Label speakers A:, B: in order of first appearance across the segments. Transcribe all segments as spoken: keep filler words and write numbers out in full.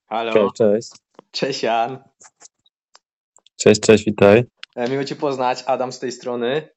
A: Halo,
B: Cześć, cześć.
A: cześć Jan.
B: Cześć, cześć, witaj.
A: E, Miło Cię poznać, Adam z tej strony.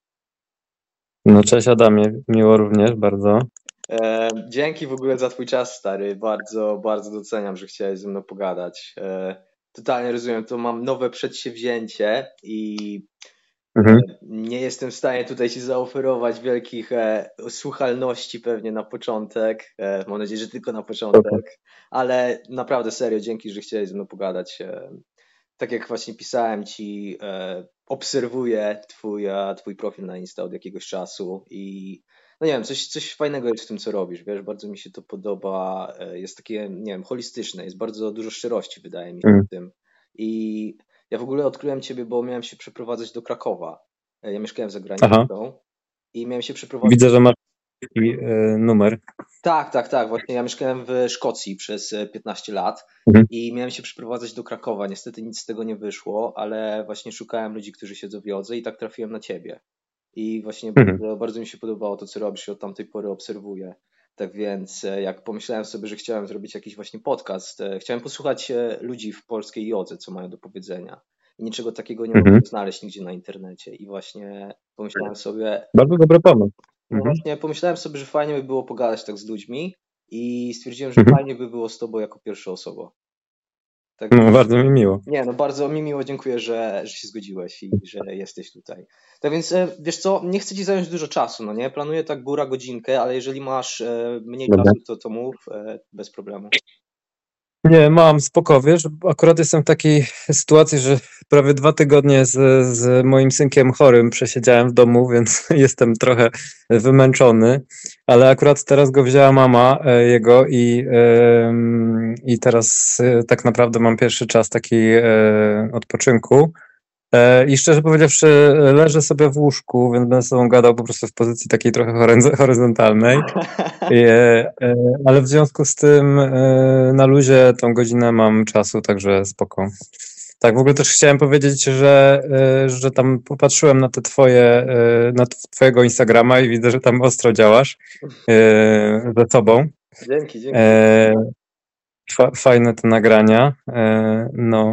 B: No cześć Adamie, miło również bardzo.
A: E, Dzięki w ogóle za Twój czas, stary. Bardzo, bardzo doceniam, że chciałeś ze mną pogadać. E, Totalnie rozumiem, to mam nowe przedsięwzięcie i
B: Mhm.
A: nie jestem w stanie tutaj Ci zaoferować wielkich e, słuchalności pewnie na początek. E, Mam nadzieję, że tylko na początek, ale naprawdę serio, dzięki, że chciałeś ze mną pogadać. E, Tak jak właśnie pisałem Ci, e, obserwuję twój, e, twój profil na Insta od jakiegoś czasu i no nie wiem, coś, coś fajnego jest w tym, co robisz, wiesz, bardzo mi się to podoba, e, jest takie, nie wiem, holistyczne, jest bardzo dużo szczerości, wydaje mi się
B: Mhm.
A: w tym. I ja w ogóle odkryłem Ciebie, bo miałem się przeprowadzać do Krakowa. E, Ja mieszkałem za
B: Aha,
A: granicą i miałem się przeprowadzić.
B: widzę, że masz taki e, numer.
A: Tak, tak, tak. Właśnie ja mieszkałem w Szkocji przez e, piętnaście lat
B: Mhm.
A: i miałem się przeprowadzać do Krakowa. Niestety nic z tego nie wyszło, ale właśnie szukałem ludzi, którzy się dowiozą i tak trafiłem na ciebie. I właśnie
B: Mhm.
A: bardzo, bardzo mi się podobało to, co robisz i od tamtej pory obserwuję. Tak więc e, jak pomyślałem sobie, że chciałem zrobić jakiś właśnie podcast, e, chciałem posłuchać e, ludzi w polskiej jodze, co mają do powiedzenia. I niczego takiego nie
B: Mhm.
A: mogłem znaleźć nigdzie na internecie. I właśnie pomyślałem sobie,
B: Bardzo dobry pomysł.
A: no
B: Mhm.
A: właśnie pomyślałem sobie, że fajnie by było pogadać tak z ludźmi i stwierdziłem, że
B: Mhm.
A: fajnie by było z tobą jako pierwsza osoba. Tak,
B: No, bardzo mi miło.
A: nie, no bardzo mi miło, dziękuję, że, że się zgodziłeś i że jesteś tutaj. Tak więc e, wiesz co, nie chcę ci zająć dużo czasu, no nie? Planuję tak góra godzinkę, ale jeżeli masz e, mniej
B: Dobra.
A: czasu, to, to mów e, bez problemu.
B: Nie, mam spoko, wiesz, akurat jestem w takiej sytuacji, że prawie dwa tygodnie z, z moim synkiem chorym przesiedziałem w domu, więc jestem trochę wymęczony, ale akurat teraz go wzięła mama e, jego i, em, i teraz e, tak naprawdę mam pierwszy czas taki e, odpoczynku. E, I szczerze powiedziawszy, leżę sobie w łóżku, więc będę z tobą gadał po prostu w pozycji takiej trochę horyz- horyzontalnej. E, e, ale w związku z tym e, na luzie tą godzinę mam czasu, także spoko. Tak, w ogóle też chciałem powiedzieć, że, e, że tam popatrzyłem na te twoje, e, na t- twojego Instagrama i widzę, że tam ostro działasz e, ze sobą.
A: Dzięki, dzięki.
B: E, fa- fajne te nagrania. E, no.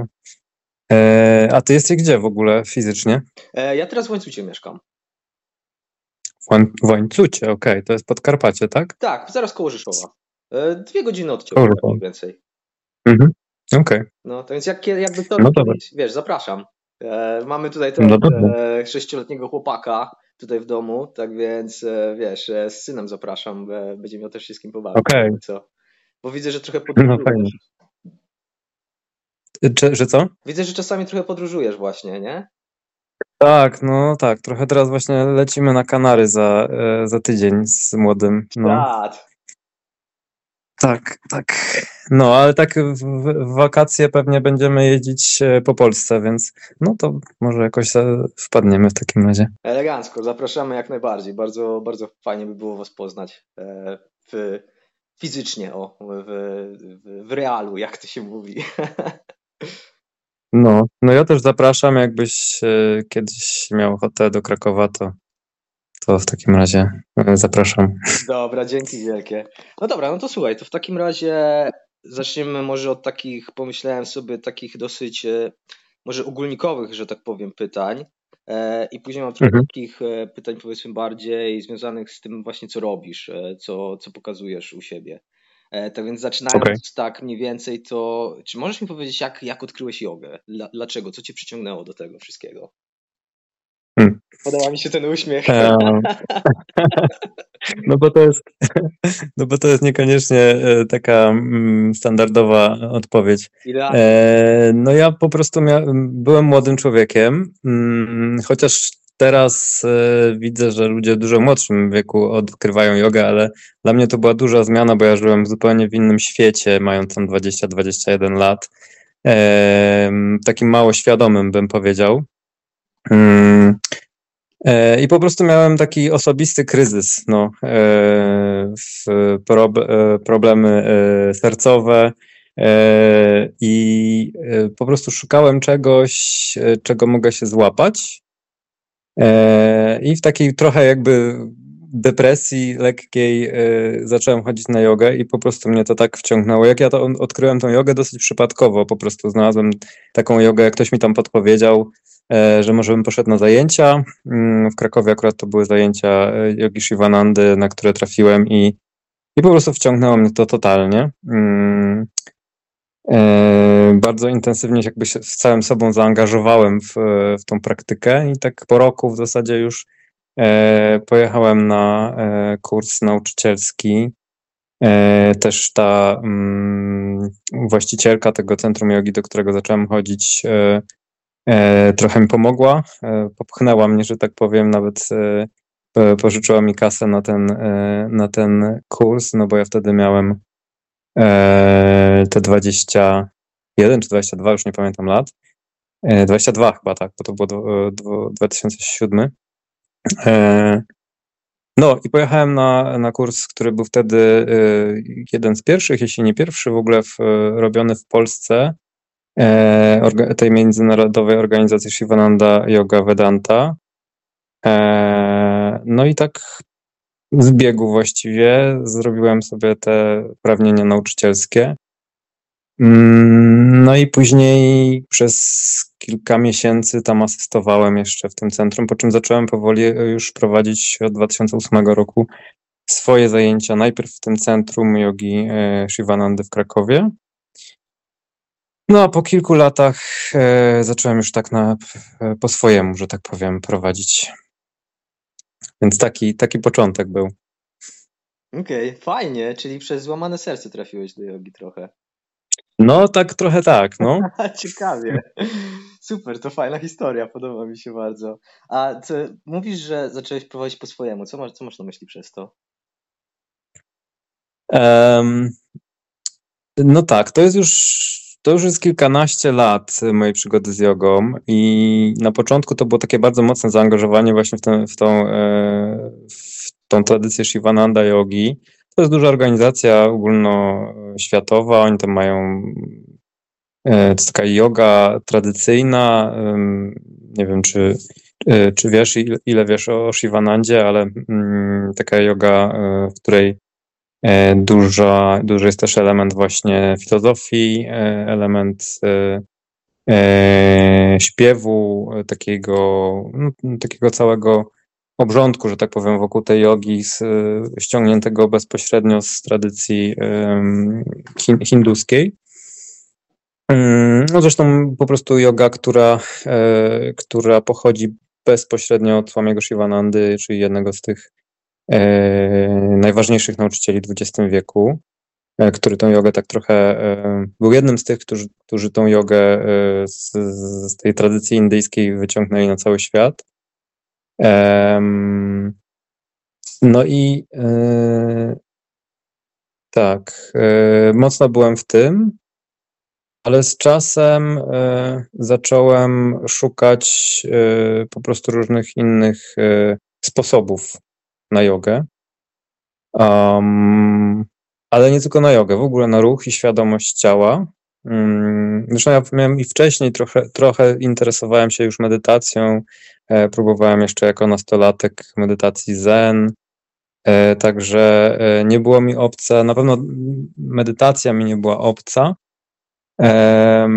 B: E, a ty jesteś gdzie w ogóle fizycznie?
A: E, ja teraz w Łańcucie mieszkam.
B: W Łań- w Łańcucie, okej, to jest Podkarpacie, tak?
A: Tak, zaraz koło Rzeszowa. E, dwie godziny od ciebie,
B: Kurwa.
A: tak mniej więcej.
B: Mhm. Okej,
A: No, to więc jak, jakby to
B: no dobra.
A: kiedyś, wiesz, zapraszam. E, mamy tutaj też
B: No dobra.
A: e, sześcioletniego chłopaka tutaj w domu, tak więc e, wiesz, e, z synem zapraszam, e, będzie miał też się z kim pobawić.
B: Okej.
A: Co? Bo widzę, że trochę
B: No fajnie.
A: podróżujesz.
B: Czy, że co?
A: Widzę, że czasami trochę podróżujesz właśnie, nie?
B: Tak, no tak, trochę teraz właśnie lecimy na Kanary za, e, za tydzień z młodym, no.
A: Świat.
B: Tak, tak. No, ale tak w, w wakacje pewnie będziemy jeździć e, po Polsce, więc no to może jakoś za- wpadniemy w takim razie.
A: Elegancko, zapraszamy jak najbardziej. Bardzo, bardzo fajnie by było was poznać e, w, fizycznie, o, w, w, w realu, jak to się mówi.
B: No, no ja też zapraszam, jakbyś e, kiedyś miał ochotę do Krakowa, to, to w takim razie e, zapraszam.
A: Dobra, dzięki wielkie. No dobra, no to słuchaj, to w takim razie zaczniemy może od takich, pomyślałem sobie, takich dosyć e, może ogólnikowych, że tak powiem, pytań. E, I później mam trochę
B: Mhm.
A: takich e, pytań, powiedzmy, bardziej związanych z tym właśnie, co robisz, e, co, co pokazujesz u siebie. E, Tak więc zaczynając
B: Okej.
A: tak mniej więcej, to czy możesz mi powiedzieć, jak, jak odkryłeś jogę? Dla- Dlaczego? Co cię przyciągnęło do tego wszystkiego?
B: Hmm.
A: Podoba mi się ten uśmiech.
B: Em, No bo to jest, no bo to jest niekoniecznie e, taka mm, standardowa odpowiedź.
A: Idealnie.
B: E, no ja po prostu mia- byłem młodym człowiekiem, mm, chociaż teraz e, widzę, że ludzie w dużo młodszym wieku odkrywają jogę, ale dla mnie to była duża zmiana, bo ja żyłem zupełnie w innym świecie, mając tam dwadzieścia dwadzieścia jeden lat. E, takim mało świadomym, bym powiedział. Mm, E, I po prostu miałem taki osobisty kryzys, no, e, w prob, e, problemy e, sercowe e, i e, po prostu szukałem czegoś, e, czego mogę się złapać. E, I w takiej trochę jakby depresji lekkiej zacząłem chodzić na jogę i po prostu mnie to tak wciągnęło. Jak ja to odkryłem tą jogę dosyć przypadkowo, po prostu znalazłem taką jogę, jak ktoś mi tam podpowiedział, że może bym poszedł na zajęcia. W Krakowie akurat to były zajęcia jogi Shivanandy, na które trafiłem i, i po prostu wciągnęło mnie to totalnie. Bardzo intensywnie jakby się z całym sobą zaangażowałem w, w tą praktykę i tak po roku w zasadzie już pojechałem na kurs nauczycielski. Też ta właścicielka tego centrum jogi, do którego zacząłem chodzić, trochę mi pomogła, popchnęła mnie, że tak powiem, nawet pożyczyła mi kasę na ten, na ten kurs, no bo ja wtedy miałem te dwadzieścia jeden czy dwadzieścia dwa, już nie pamiętam lat, dwadzieścia dwa chyba, tak, bo to było dwa tysiące siódmy. No i pojechałem na, na kurs, który był wtedy jeden z pierwszych, jeśli nie pierwszy w ogóle w, robiony w Polsce, tej międzynarodowej organizacji Shivananda Yoga Vedanta. No i tak z biegu właściwie zrobiłem sobie te uprawnienia nauczycielskie. No i później przez kilka miesięcy tam asystowałem jeszcze w tym centrum, po czym zacząłem powoli już prowadzić od dwa tysiące ósmego roku swoje zajęcia, najpierw w tym centrum jogi Shivanandy w Krakowie. No a po kilku latach e, zacząłem już tak na, po swojemu, że tak powiem, prowadzić. Więc taki, taki początek był.
A: Okej, okay, fajnie, czyli przez złamane serce trafiłeś do jogi trochę.
B: No tak, trochę tak, no.
A: Ciekawie. Super, to fajna historia, podoba mi się bardzo. A co, mówisz, że zacząłeś prowadzić po swojemu, co masz, co masz na myśli przez to?
B: Um, no tak, to jest już To już jest kilkanaście lat mojej przygody z jogą i na początku to było takie bardzo mocne zaangażowanie właśnie w, tę, w, tą, w tą tradycję Shivananda jogi. To jest duża organizacja ogólnoświatowa, oni tam mają, to jest taka joga tradycyjna, nie wiem czy, czy wiesz ile wiesz o Shivanandzie, ale taka joga, w której Dużo, duży jest też element właśnie filozofii, element e, śpiewu, takiego, no, takiego całego obrządku, że tak powiem, wokół tej jogi, z, ściągniętego bezpośrednio z tradycji hin, hinduskiej. No zresztą po prostu joga, która, e, która pochodzi bezpośrednio od Swamiego Shivanandy, czyli jednego z tych E, najważniejszych nauczycieli w dwudziestym wieku, e, który tą jogę tak trochę, e, był jednym z tych, którzy, którzy tą jogę e, z, z tej tradycji indyjskiej wyciągnęli na cały świat. E, no i e, tak, e, mocno byłem w tym, ale z czasem e, zacząłem szukać e, po prostu różnych innych e, sposobów na jogę, um, ale nie tylko na jogę, w ogóle na ruch i świadomość ciała. Um, zresztą ja miałem i wcześniej trochę, trochę interesowałem się już medytacją, e, próbowałem jeszcze jako nastolatek medytacji zen, e, także e, nie było mi obce, na pewno medytacja mi nie była obca. E,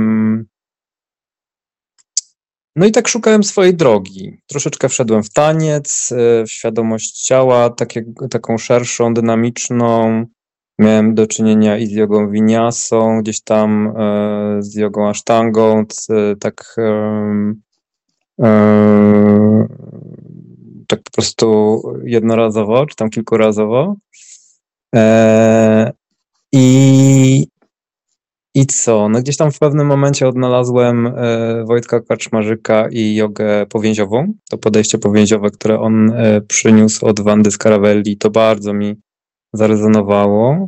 B: No i tak szukałem swojej drogi. Troszeczkę wszedłem w taniec, w świadomość ciała, takie, taką szerszą, dynamiczną. Miałem do czynienia i z jogą winiasą, gdzieś tam e, z jogą asztangą, tak, e, e, tak po prostu jednorazowo, czy tam kilkurazowo. E, I I co? No gdzieś tam w pewnym momencie odnalazłem e, Wojtka Karczmarzyka i jogę powięziową. To podejście powięziowe, które on e, przyniósł od Wandy Scaravelli, to bardzo mi zarezonowało.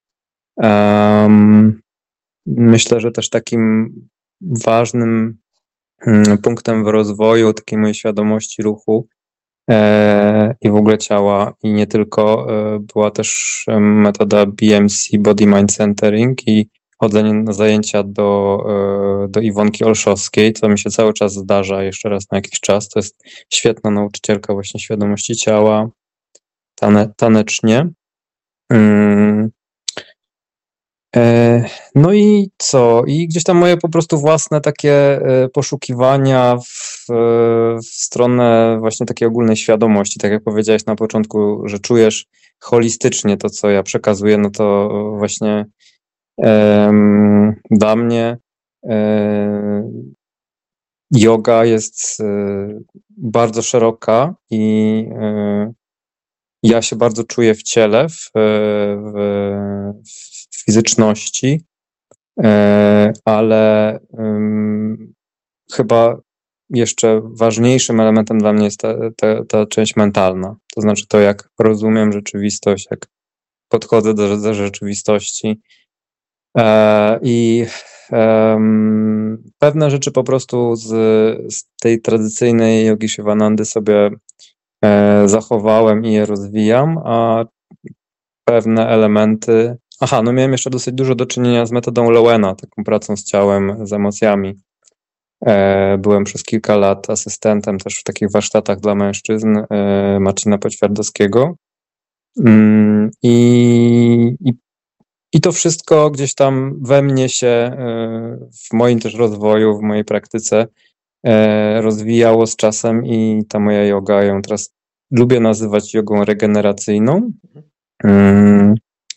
B: Um, myślę, że też takim ważnym um, punktem w rozwoju takiej mojej świadomości ruchu e, i w ogóle ciała i nie tylko e, była też metoda B M C, Body Mind Centering, i chodzenie na zajęcia do, do Iwonki Olszowskiej, co mi się cały czas zdarza jeszcze raz na jakiś czas. To jest świetna nauczycielka właśnie świadomości ciała. tane, tanecznie. Mm. No i co? I gdzieś tam moje po prostu własne takie poszukiwania w, w stronę właśnie takiej ogólnej świadomości. Tak jak powiedziałeś na początku, że czujesz holistycznie to, co ja przekazuję, no to właśnie um, dla mnie um, yoga jest um, bardzo szeroka i um, ja się bardzo czuję w ciele, w, w, w fizyczności, ale um, chyba jeszcze ważniejszym elementem dla mnie jest ta, ta, ta część mentalna. To znaczy to, jak rozumiem rzeczywistość, jak podchodzę do, do rzeczywistości e, i um, pewne rzeczy po prostu z, z tej tradycyjnej jogi Shivanandy sobie e, zachowałem i je rozwijam, a pewne elementy... Aha, no miałem jeszcze dosyć dużo do czynienia z metodą Lowena, taką pracą z ciałem, z emocjami. E, byłem przez kilka lat asystentem też w takich warsztatach dla mężczyzn e, Marcina Poćwiartowskiego. Mm, i, i, I to wszystko gdzieś tam we mnie się, e, w moim też rozwoju, w mojej praktyce e, rozwijało z czasem i ta moja joga, ją teraz lubię nazywać jogą regeneracyjną. Mm.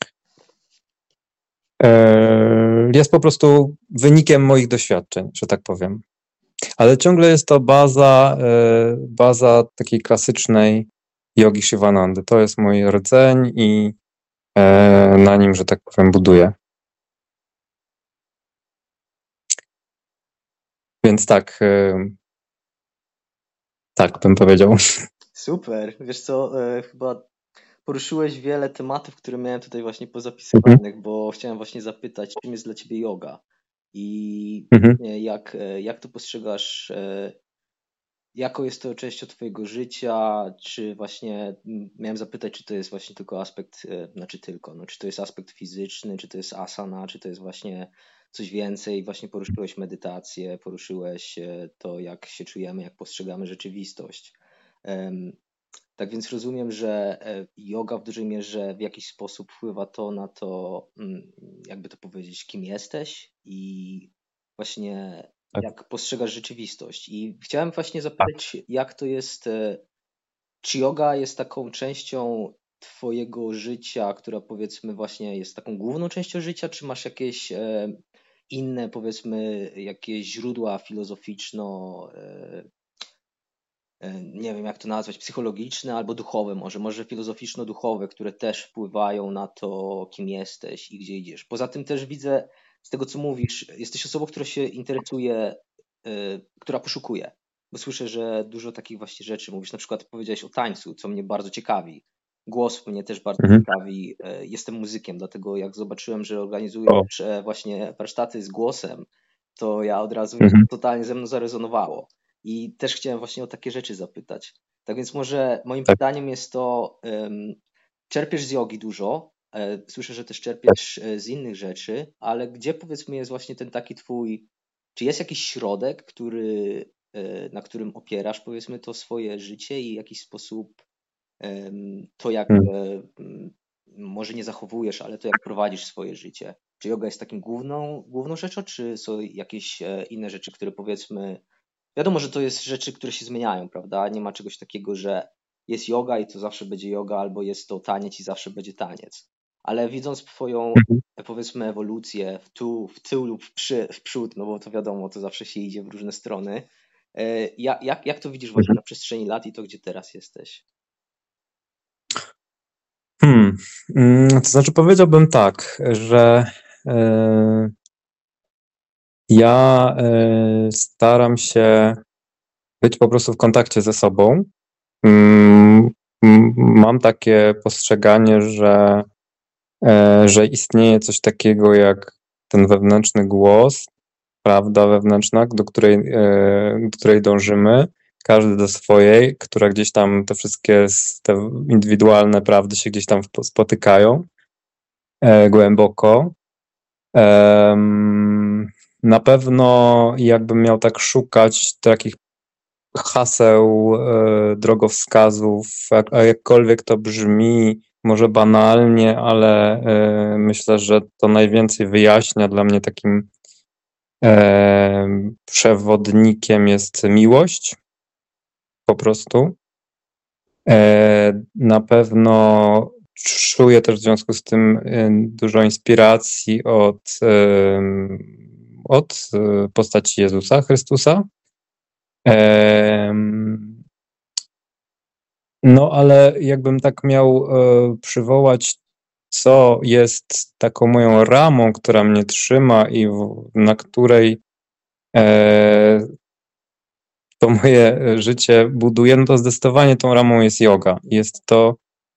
B: Jest po prostu wynikiem moich doświadczeń, że tak powiem. Ale ciągle jest to baza, baza takiej klasycznej jogi Shivanandy. To jest mój rdzeń i na nim, że tak powiem, buduję. Więc tak, tak bym powiedział.
A: Super. Wiesz co, chyba poruszyłeś wiele tematów, które miałem tutaj właśnie pozapisywanych, mhm. bo chciałem właśnie zapytać, czym jest dla ciebie yoga i mhm. jak, jak to postrzegasz, jaką jest to częścią twojego życia, czy właśnie, miałem zapytać, czy to jest właśnie tylko aspekt, znaczy tylko, no, czy to jest aspekt fizyczny, czy to jest asana, czy to jest właśnie coś więcej, właśnie poruszyłeś medytację, poruszyłeś to, jak się czujemy, jak postrzegamy rzeczywistość. Tak więc rozumiem, że yoga w dużej mierze w jakiś sposób wpływa to na to, jakby to powiedzieć, kim jesteś i właśnie tak. jak postrzegasz rzeczywistość. I chciałem właśnie zapytać, jak to jest, czy yoga jest taką częścią twojego życia, która powiedzmy właśnie jest taką główną częścią życia, czy masz jakieś inne, powiedzmy, jakieś źródła filozoficzno, nie wiem jak to nazwać, psychologiczne albo duchowe może, może filozoficzno-duchowe, które też wpływają na to, kim jesteś i gdzie idziesz. Poza tym też widzę z tego, co mówisz, jesteś osobą, która się interesuje, yy, która poszukuje, bo słyszę, że dużo takich właśnie rzeczy mówisz, na przykład powiedziałeś o tańcu, co mnie bardzo ciekawi. Głos mnie też bardzo mhm. ciekawi. Yy, jestem muzykiem, dlatego jak zobaczyłem, że organizujesz o. właśnie warsztaty z głosem, to ja od razu mhm. totalnie ze mną zarezonowało. I też chciałem właśnie o takie rzeczy zapytać. Tak więc może moim tak. pytaniem jest to, um, czerpiesz z jogi dużo, e, słyszę, że też czerpiesz e, z innych rzeczy, ale gdzie powiedzmy jest właśnie ten taki twój, czy jest jakiś środek, który, e, na którym opierasz powiedzmy to swoje życie i w jakiś sposób um, to jak, hmm. e, może nie zachowujesz, ale to jak prowadzisz swoje życie. Czy joga jest takim główną, główną rzeczą, czy są jakieś e, inne rzeczy, które powiedzmy, wiadomo, że to jest rzeczy, które się zmieniają, prawda? Nie ma czegoś takiego, że jest yoga i to zawsze będzie yoga, albo jest to taniec i zawsze będzie taniec. Ale widząc twoją, mhm. powiedzmy, ewolucję w tu, w tył lub w, przy, w przód, no bo to wiadomo, to zawsze się idzie w różne strony. Jak, jak, jak to widzisz właśnie mhm. na przestrzeni lat i to, gdzie teraz jesteś?
B: Hmm. To znaczy powiedziałbym tak, że yy... ja y, staram się być po prostu w kontakcie ze sobą. Mm, mam takie postrzeganie, że, y, że istnieje coś takiego jak ten wewnętrzny głos, prawda wewnętrzna, do której, y, do której dążymy, każdy do swojej, która gdzieś tam te wszystkie te indywidualne prawdy się gdzieś tam spotykają y, głęboko. Um, Na pewno jakbym miał tak szukać takich haseł, e, drogowskazów, jak, a jakkolwiek to brzmi, może banalnie, ale e, myślę, że to najwięcej wyjaśnia dla mnie takim e, przewodnikiem jest miłość, po prostu. E, na pewno czuję też w związku z tym e, dużo inspiracji od, e, od e, postaci Jezusa Chrystusa. Em, No, ale jakbym tak miał e, przywołać, co jest taką moją ramą, która mnie trzyma i w, na której e, to moje życie buduje, no to zdecydowanie tą ramą jest yoga. Jest to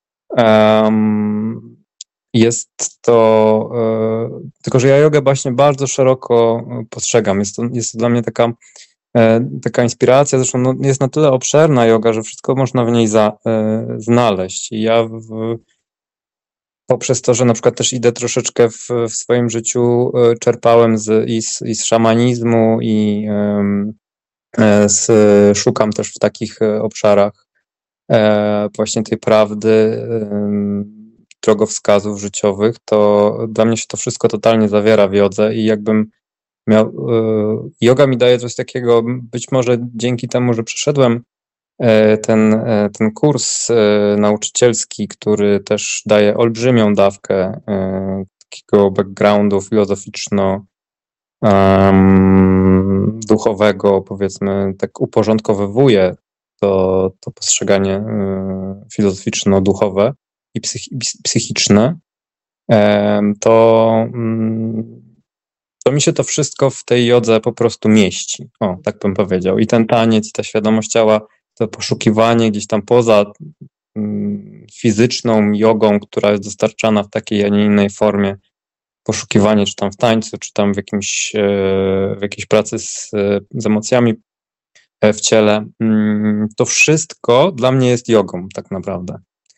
B: em, jest to e, tylko, że ja jogę właśnie bardzo szeroko postrzegam. Jest to, jest to dla mnie taka E, taka inspiracja, zresztą no, jest na tyle obszerna yoga, że wszystko można w niej za, e, znaleźć. I ja w, poprzez to, że na przykład też idę troszeczkę w, w swoim życiu, e, czerpałem z, i, z, i z szamanizmu i e, z, szukam też w takich e, obszarach e, właśnie tej prawdy, e, drogowskazów życiowych, to dla mnie się to wszystko totalnie zawiera w jodze i jakbym miał, y, yoga mi daje coś takiego, być może dzięki temu, że przeszedłem e, ten, e, ten kurs e, nauczycielski, który też daje olbrzymią dawkę e, takiego backgroundu filozoficzno em, duchowego, powiedzmy, tak uporządkowywuje to, to postrzeganie e, filozoficzno-duchowe i psych, i psychiczne, em, to mm, to mi się to wszystko w tej jodze po prostu mieści. O, tak bym powiedział. I ten taniec, i ta świadomość ciała, to poszukiwanie gdzieś tam poza mm, fizyczną jogą, która jest dostarczana w takiej, a nie innej formie, poszukiwanie czy tam w tańcu, czy tam w jakimś, e, w jakiejś pracy z, z emocjami e, w ciele, mm, to wszystko dla mnie jest jogą tak naprawdę.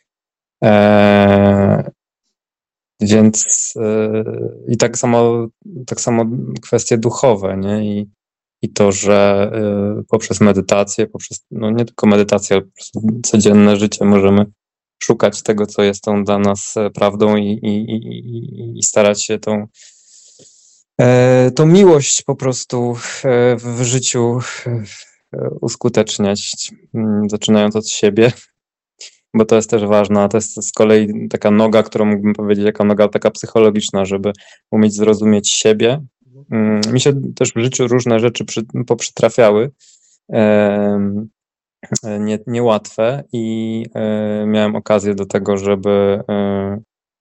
B: E, Więc yy, i tak samo, tak samo kwestie duchowe, nie? I, i to, że yy, poprzez medytację, poprzez no nie tylko medytację, ale po prostu codzienne życie możemy szukać tego, co jest tą dla nas prawdą i, i, i, i starać się tą, yy, tą miłość po prostu yy, w życiu yy, uskuteczniać, yy, zaczynając od siebie. Bo to jest też ważne, a to jest z kolei taka noga, którą mógłbym powiedzieć, jako noga taka psychologiczna, żeby umieć zrozumieć siebie. Mm, Mi się też w życiu różne rzeczy przy, poprzytrafiały, em, nie, niełatwe i e, miałem okazję do tego, żeby, e,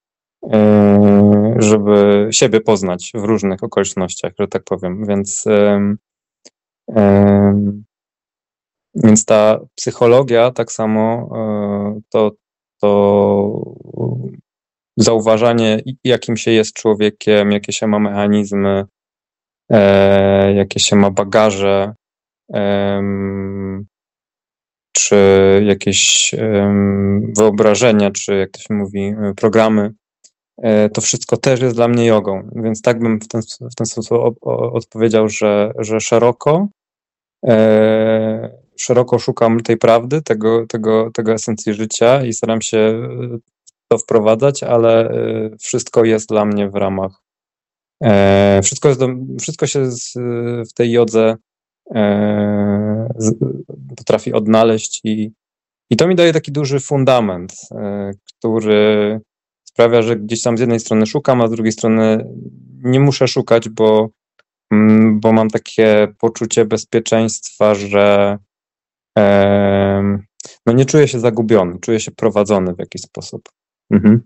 B: e, żeby siebie poznać w różnych okolicznościach, że tak powiem, więc em, em, Więc ta psychologia tak samo e, to, to zauważanie, jakim się jest człowiekiem, jakie się ma mechanizmy, e, jakie się ma bagaże, em, czy jakieś em, wyobrażenia, czy jak to się mówi, programy, e, to wszystko też jest dla mnie jogą. Więc tak bym w ten, w ten sposób o, o, odpowiedział, że, że szeroko E, szeroko szukam tej prawdy, tego, tego, tego esencji życia i staram się e, to wprowadzać, ale e, wszystko jest dla mnie w ramach. E, wszystko, jest do, wszystko się z, w tej jodze e, z, potrafi odnaleźć i, i to mi daje taki duży fundament, e, który sprawia, że gdzieś tam z jednej strony szukam, a z drugiej strony nie muszę szukać, bo Mm, bo mam takie poczucie bezpieczeństwa, że em, no nie czuję się zagubiony, czuję się prowadzony w jakiś sposób. Mhm.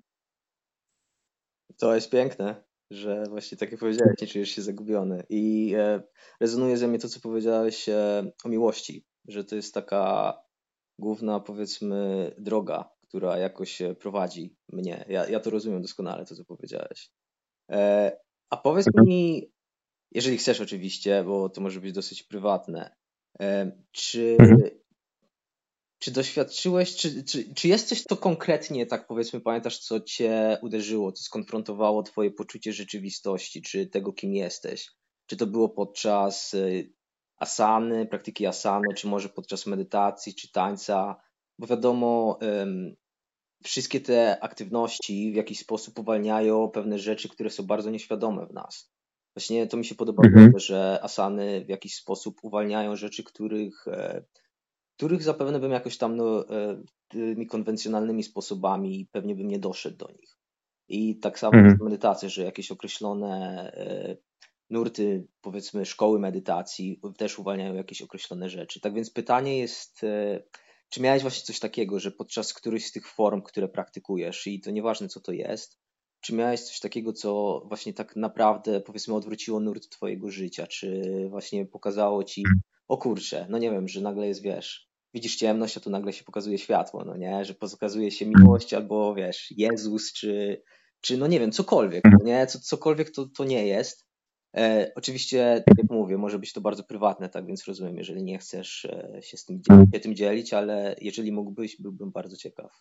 A: To jest piękne, że właśnie tak jak powiedziałeś, nie czujesz się zagubiony. I e, rezonuje ze mnie to, co powiedziałeś e, o miłości, że to jest taka główna, powiedzmy, droga, która jakoś e, prowadzi mnie. Ja, ja to rozumiem doskonale, to co powiedziałeś. E, a powiedz
B: Mhm.
A: mi, jeżeli chcesz oczywiście, bo to może być dosyć prywatne, e, czy,
B: Mhm.
A: czy doświadczyłeś, czy, czy, czy jest coś, co konkretnie, tak powiedzmy, pamiętasz, co cię uderzyło, co skonfrontowało twoje poczucie rzeczywistości, czy tego, kim jesteś? Czy to było podczas e, asany, praktyki asany, czy może podczas medytacji, czy tańca, bo wiadomo, em, wszystkie te aktywności w jakiś sposób uwalniają pewne rzeczy, które są bardzo nieświadome w nas. Właśnie to mi się podoba,
B: Mhm.
A: że asany w jakiś sposób uwalniają rzeczy, których, e, których zapewne bym jakoś tam no, e, tymi konwencjonalnymi sposobami pewnie bym nie doszedł do nich. I tak samo jest
B: Mhm.
A: w medytacji, że jakieś określone e, nurty, powiedzmy szkoły medytacji też uwalniają jakieś określone rzeczy. Tak więc pytanie jest, e, czy miałeś właśnie coś takiego, że podczas którejś z tych form, które praktykujesz, i to nieważne co to jest, czy miałeś coś takiego, co właśnie tak naprawdę powiedzmy odwróciło nurt twojego życia, czy właśnie pokazało ci, o kurczę, no nie wiem, że nagle jest, wiesz, widzisz ciemność, a tu nagle się pokazuje światło, no nie, że pokazuje się miłość albo wiesz, Jezus, czy, czy no nie wiem, cokolwiek, no nie, co, cokolwiek to, to nie jest. E, oczywiście, tak jak mówię, może być to bardzo prywatne, tak więc rozumiem, jeżeli nie chcesz e, się z tym, dzie- się tym dzielić, ale jeżeli mógłbyś, byłbym bardzo ciekaw.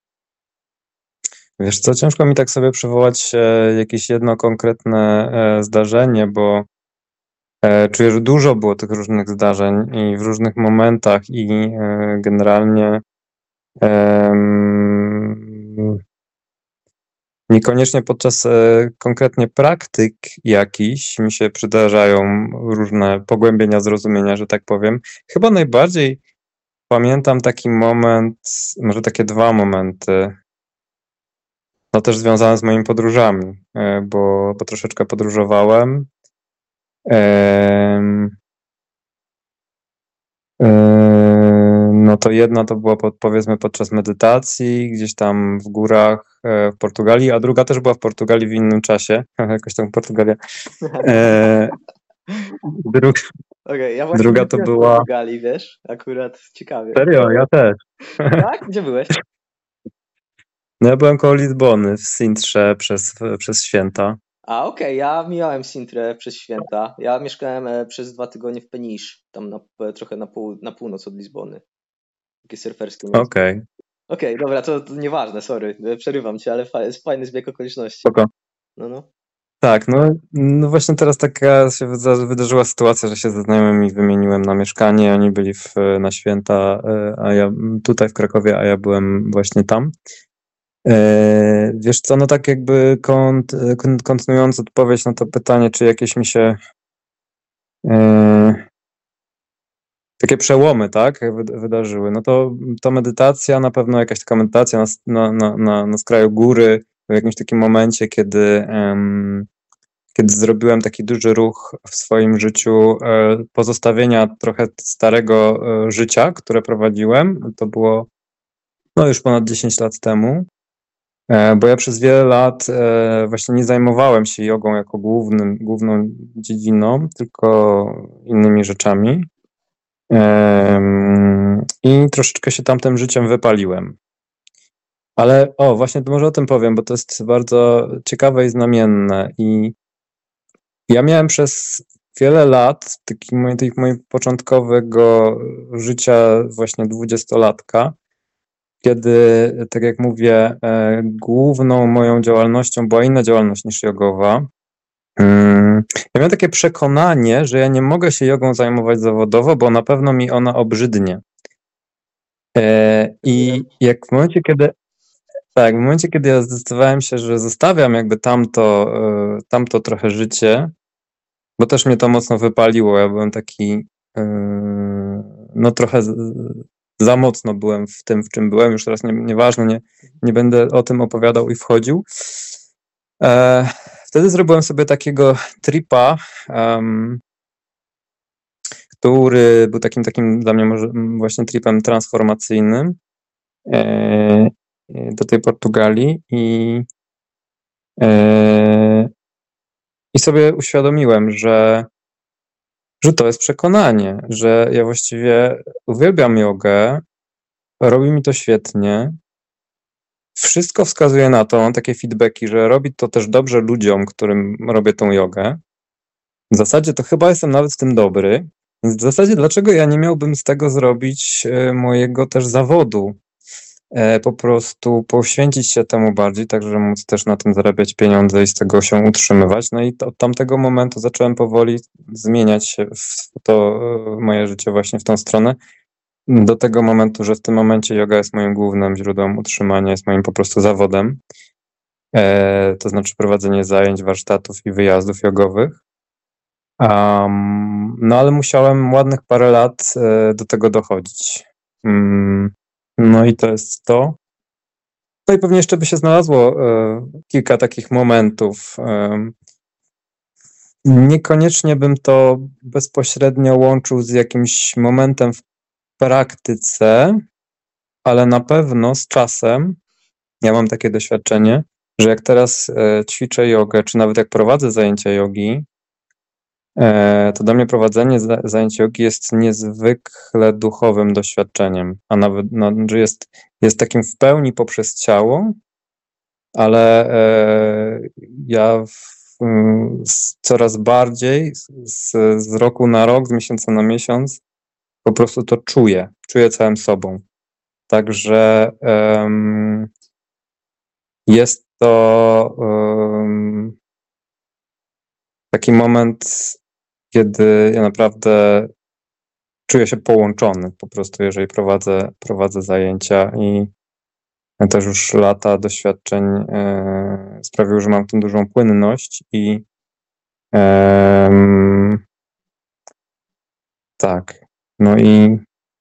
B: Wiesz co, ciężko mi tak sobie przywołać e, jakieś jedno konkretne e, zdarzenie, bo e, czuję, że dużo było tych różnych zdarzeń i w różnych momentach i e, generalnie em, niekoniecznie podczas e, konkretnie praktyk jakichś mi się przydarzają różne pogłębienia zrozumienia, że tak powiem. Chyba najbardziej pamiętam taki moment, może takie dwa momenty, no też związane z moimi podróżami, e, bo, bo troszeczkę podróżowałem. Em, e, No to jedna to była pod, powiedzmy podczas medytacji, gdzieś tam w górach e, w Portugalii, a druga też była w Portugalii w innym czasie. Jakoś tam Portugalia. E, dru,
A: Okej, ja właśnie
B: druga
A: nie
B: to
A: byłem w
B: była.
A: Portugalii, wiesz, akurat ciekawie.
B: Serio, ja też.
A: Tak? Gdzie byłeś?
B: No ja byłem koło Lizbony w Sintrze przez, przez święta.
A: A okej, ja mijałem Sintrę przez święta. Ja mieszkałem e, przez dwa tygodnie w Peniche, tam na, e, trochę na, pół, na północ od Lizbony. Takie surferskie miejsce.
B: Okej,
A: Okej, dobra, to, to nieważne, sorry, e, przerywam cię, ale fa- jest fajny zbieg okoliczności.
B: spoko.
A: No, no.
B: Tak, no, no właśnie teraz taka się wyda- wydarzyła sytuacja, że się ze znajomymi wymieniłem na mieszkanie, oni byli w, na święta, e, a ja tutaj w Krakowie, a ja byłem właśnie tam. E, Wiesz co, no tak jakby kont, kon- kontynuując odpowiedź na to pytanie, czy jakieś mi się e, takie przełomy, tak, wy- wydarzyły, no to, to medytacja, na pewno jakaś taka medytacja na, s- na, na, na, na skraju góry, w jakimś takim momencie, kiedy em, kiedy zrobiłem taki duży ruch w swoim życiu e, pozostawienia trochę starego e, życia, które prowadziłem. To było no już ponad dziesięć lat temu, e, bo ja przez wiele lat e, właśnie nie zajmowałem się jogą jako głównym, główną dziedziną, tylko innymi rzeczami. Em, I troszeczkę się tamtym życiem wypaliłem. Ale o, właśnie to może o tym powiem, bo to jest bardzo ciekawe i znamienne. I ja miałem przez wiele lat, taki moj, taki mojego początkowego życia, właśnie dwudziestolatka, kiedy, tak jak mówię, e, główną moją działalnością była inna działalność niż jogowa. Mm, Ja miałem takie przekonanie, że ja nie mogę się jogą zajmować zawodowo, bo na pewno mi ona obrzydnie. E, I jak w momencie, kiedy tak, w momencie, kiedy ja zdecydowałem się, że zostawiam jakby tamto, e, tamto trochę życie, bo też mnie to mocno wypaliło. Ja byłem taki, yy, no trochę z, za mocno byłem w tym, w czym byłem. Już teraz nie, nieważne, nie, nie będę o tym opowiadał i wchodził. E, wtedy zrobiłem sobie takiego tripa, um, który był takim, takim dla mnie może właśnie tripem transformacyjnym e, do tej Portugalii i e, i sobie uświadomiłem, że że to jest przekonanie, że ja właściwie uwielbiam jogę, robi mi to świetnie. Wszystko wskazuje na to, mam takie feedbacki, że robi to też dobrze ludziom, którym robię tą jogę. W zasadzie to chyba jestem nawet w tym dobry, więc w zasadzie dlaczego ja nie miałbym z tego zrobić e, mojego też zawodu? e, po prostu poświęcić się temu bardziej, tak żeby móc też na tym zarabiać pieniądze i z tego się utrzymywać. No i to, od tamtego momentu zacząłem powoli zmieniać się w to e, moje życie właśnie w tą stronę. Do tego momentu, że w tym momencie yoga jest moim głównym źródłem utrzymania, jest moim po prostu zawodem. E, to znaczy prowadzenie zajęć, warsztatów i wyjazdów jogowych. Um, no ale musiałem ładnych parę lat e, do tego dochodzić. Mm, no i to jest to. No i pewnie jeszcze by się znalazło e, kilka takich momentów. E, niekoniecznie bym to bezpośrednio łączył z jakimś momentem w praktyce, ale na pewno z czasem, ja mam takie doświadczenie, że jak teraz e, ćwiczę jogę, czy nawet jak prowadzę zajęcia jogi, e, to dla mnie prowadzenie za, zajęć jogi jest niezwykle duchowym doświadczeniem, a nawet no, że jest, jest takim w pełni poprzez ciało, ale e, ja w, z, coraz bardziej z, z roku na rok, z miesiąca na miesiąc po prostu to czuję, czuję całym sobą. Także um, jest to um, taki moment, kiedy ja naprawdę czuję się połączony po prostu, jeżeli prowadzę, prowadzę zajęcia i też już lata doświadczeń e, sprawiły, że mam w tym dużą płynność i e, tak, no i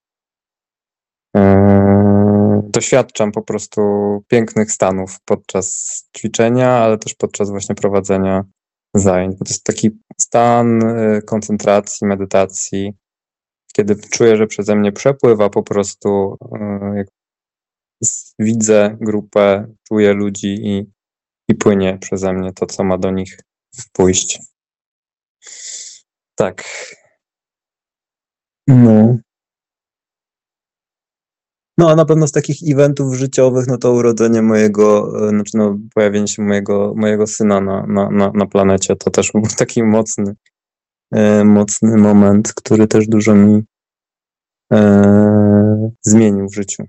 B: e, doświadczam po prostu pięknych stanów podczas ćwiczenia, ale też podczas właśnie prowadzenia zajęć, bo to jest taki stan e, koncentracji, medytacji, kiedy czuję, że przeze mnie przepływa po prostu, e, jak widzę grupę, czuję ludzi i, i płynie przeze mnie to, co ma do nich pójść. Tak. No. No, a na pewno z takich eventów życiowych, no to urodzenie mojego, e, znaczy no, pojawienie się mojego, mojego syna na, na, na, na planecie, to też był taki mocny, e, mocny moment, który też dużo mi e, zmienił w życiu.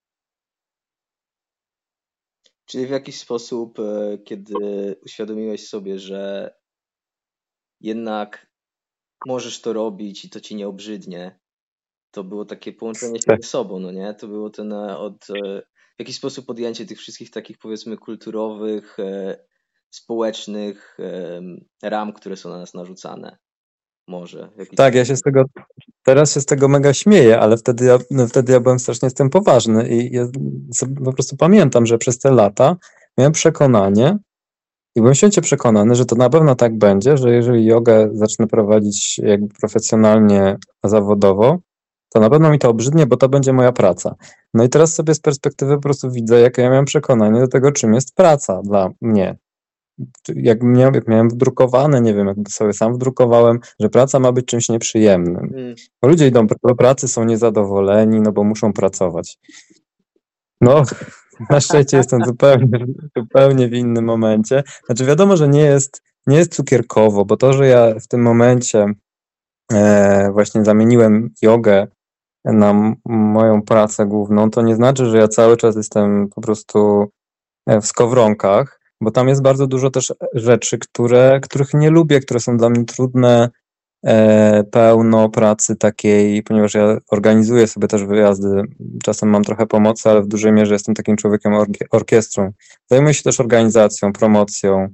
A: Czyli w jakiś sposób, e, kiedy uświadomiłeś sobie, że jednak możesz to robić i to ci nie obrzydnie, to było takie połączenie się
B: Tak.
A: ze sobą, no nie? To było ten e, od, e, w jakiś sposób podjęcie tych wszystkich takich, powiedzmy, kulturowych, e, społecznych em, ram, które są na nas narzucane. Może. w jakiś
B: Tak, ja się z tego, teraz się z tego mega śmieję, ale wtedy ja, no wtedy ja byłem strasznie z tym poważny i ja sobie po prostu pamiętam, że przez te lata miałem przekonanie i byłem święcie przekonany, że to na pewno tak będzie, że jeżeli jogę zacznę prowadzić jakby profesjonalnie, zawodowo, to na pewno mi to obrzydnie, bo to będzie moja praca. No i teraz sobie z perspektywy po prostu widzę, jakie ja miałem przekonanie do tego, czym jest praca dla mnie. Jak miałem, jak miałem wdrukowane, nie wiem, jakby sobie sam wdrukowałem, że praca ma być czymś nieprzyjemnym.
A: Mm.
B: Bo ludzie idą do pracy, są niezadowoleni, no bo muszą pracować. No, na szczęście jestem zupełnie, zupełnie w innym momencie. Znaczy wiadomo, że nie jest, nie jest cukierkowo, bo to, że ja w tym momencie e, właśnie zamieniłem jogę na m- moją pracę główną, to nie znaczy, że ja cały czas jestem po prostu e, w skowronkach, bo tam jest bardzo dużo też rzeczy, które, których nie lubię, które są dla mnie trudne, e, pełno pracy takiej, ponieważ ja organizuję sobie też wyjazdy, czasem mam trochę pomocy, ale w dużej mierze jestem takim człowiekiem orkie- orkiestrą. Zajmuję się też organizacją, promocją,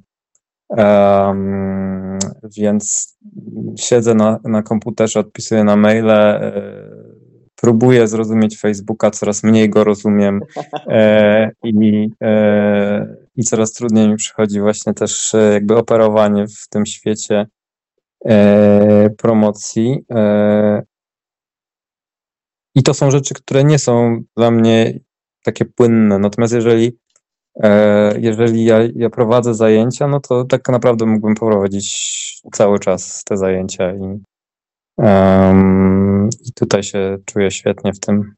B: em, więc siedzę na, na komputerze, odpisuję na maile, e, próbuję zrozumieć Facebooka, coraz mniej go rozumiem e, i, e, i coraz trudniej mi przychodzi właśnie też e, jakby operowanie w tym świecie e, promocji. E, I to są rzeczy, które nie są dla mnie takie płynne. Natomiast jeżeli, e, jeżeli ja, ja prowadzę zajęcia, no to tak naprawdę mógłbym prowadzić cały czas te zajęcia i, em, i tutaj się czuję świetnie w tym.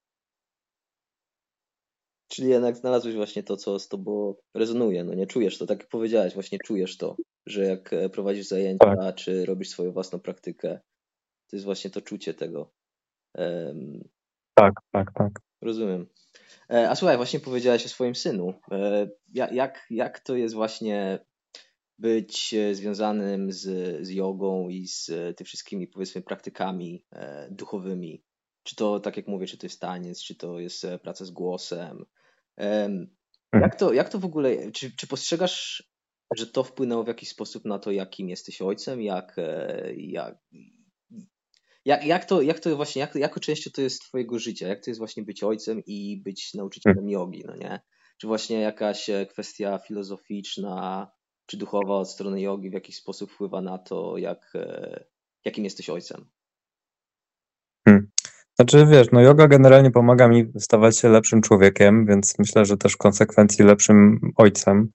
A: Czyli jednak znalazłeś właśnie to, co z tobą rezonuje, no nie czujesz to, tak jak powiedziałeś, właśnie czujesz to, że jak e, prowadzisz zajęcia,
B: Tak.
A: czy robisz swoją własną praktykę, to jest właśnie to czucie tego. Em,
B: Tak, tak, tak.
A: rozumiem. E, A słuchaj, właśnie powiedziałeś o swoim synu. E, ja- Jak, jak to jest właśnie być e, związanym z, z jogą i z e, tymi wszystkimi, powiedzmy, praktykami e, duchowymi? Czy to, tak jak mówię, czy to jest taniec, czy to jest e, praca z głosem? Em,
B: Mhm.
A: Jak to, jak to w ogóle, czy, czy postrzegasz, że to wpłynęło w jakiś sposób na to, jakim jesteś ojcem? Jak, e, jak, jak, jak to, jak to właśnie, jak, jako częścią to jest twojego życia? Jak to jest właśnie być ojcem i być nauczycielem jogi, no nie? Czy właśnie jakaś e, kwestia filozoficzna czy duchowa od strony jogi w jakiś sposób wpływa na to, jak, e, jakim jesteś ojcem?
B: Hmm. Znaczy, wiesz, no yoga generalnie pomaga mi stawać się lepszym człowiekiem, więc myślę, że też w konsekwencji lepszym ojcem.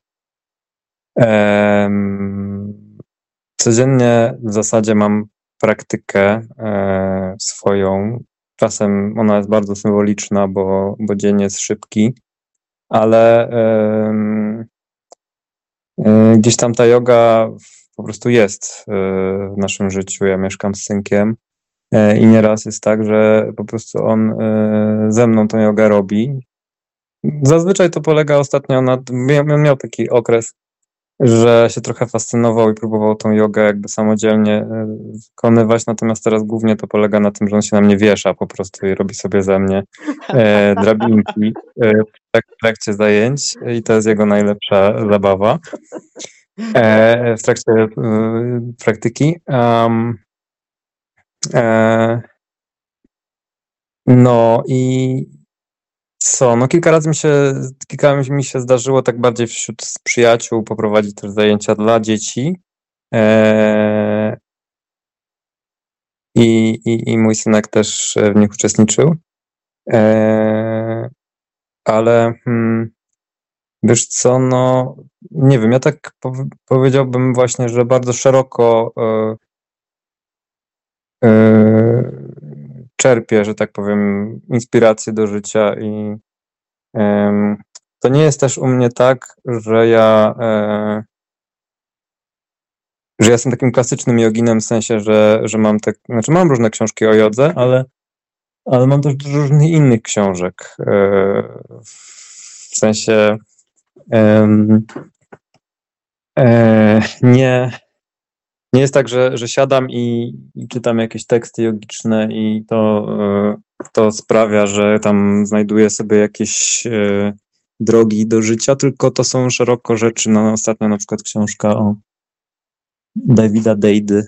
B: Em, Codziennie w zasadzie mam praktykę e, swoją. Czasem ona jest bardzo symboliczna, bo, bo dzień jest szybki, ale em, e, gdzieś tam ta yoga po prostu jest e, w naszym życiu. Ja mieszkam z synkiem e, i nieraz jest tak, że po prostu on e, ze mną tą jogę robi. Zazwyczaj to polega ostatnio na... Miał, miał taki okres, że się trochę fascynował i próbował tą jogę jakby samodzielnie e, wykonywać, natomiast teraz głównie to polega na tym, że on się na mnie wiesza po prostu i robi sobie ze mnie e, drabinki e, w trak- w trakcie zajęć i to jest jego najlepsza zabawa e, w trakcie e, praktyki. Um, e, no i co? No kilka razy mi się, kilka razy mi się zdarzyło tak bardziej wśród przyjaciół poprowadzić też zajęcia dla dzieci. E, i, i, I mój synek też w nich uczestniczył. E, ale hmm, wiesz co, no nie wiem, ja tak pow- powiedziałbym właśnie, że bardzo szeroko e, e, czerpię, że tak powiem, inspirację do życia i em, to nie jest też u mnie tak, że ja e, że ja jestem takim klasycznym joginem w sensie, że, że mam te, znaczy mam różne książki o jodze, ale Ale mam też dużo różnych innych książek. e, W sensie em, e, nie, nie jest tak, że, że siadam i, i czytam jakieś teksty jogiczne i to, e, to sprawia, że tam znajduję sobie jakieś e, drogi do życia, tylko to są szeroko rzeczy. No, ostatnio na przykład książka o Davida Deidy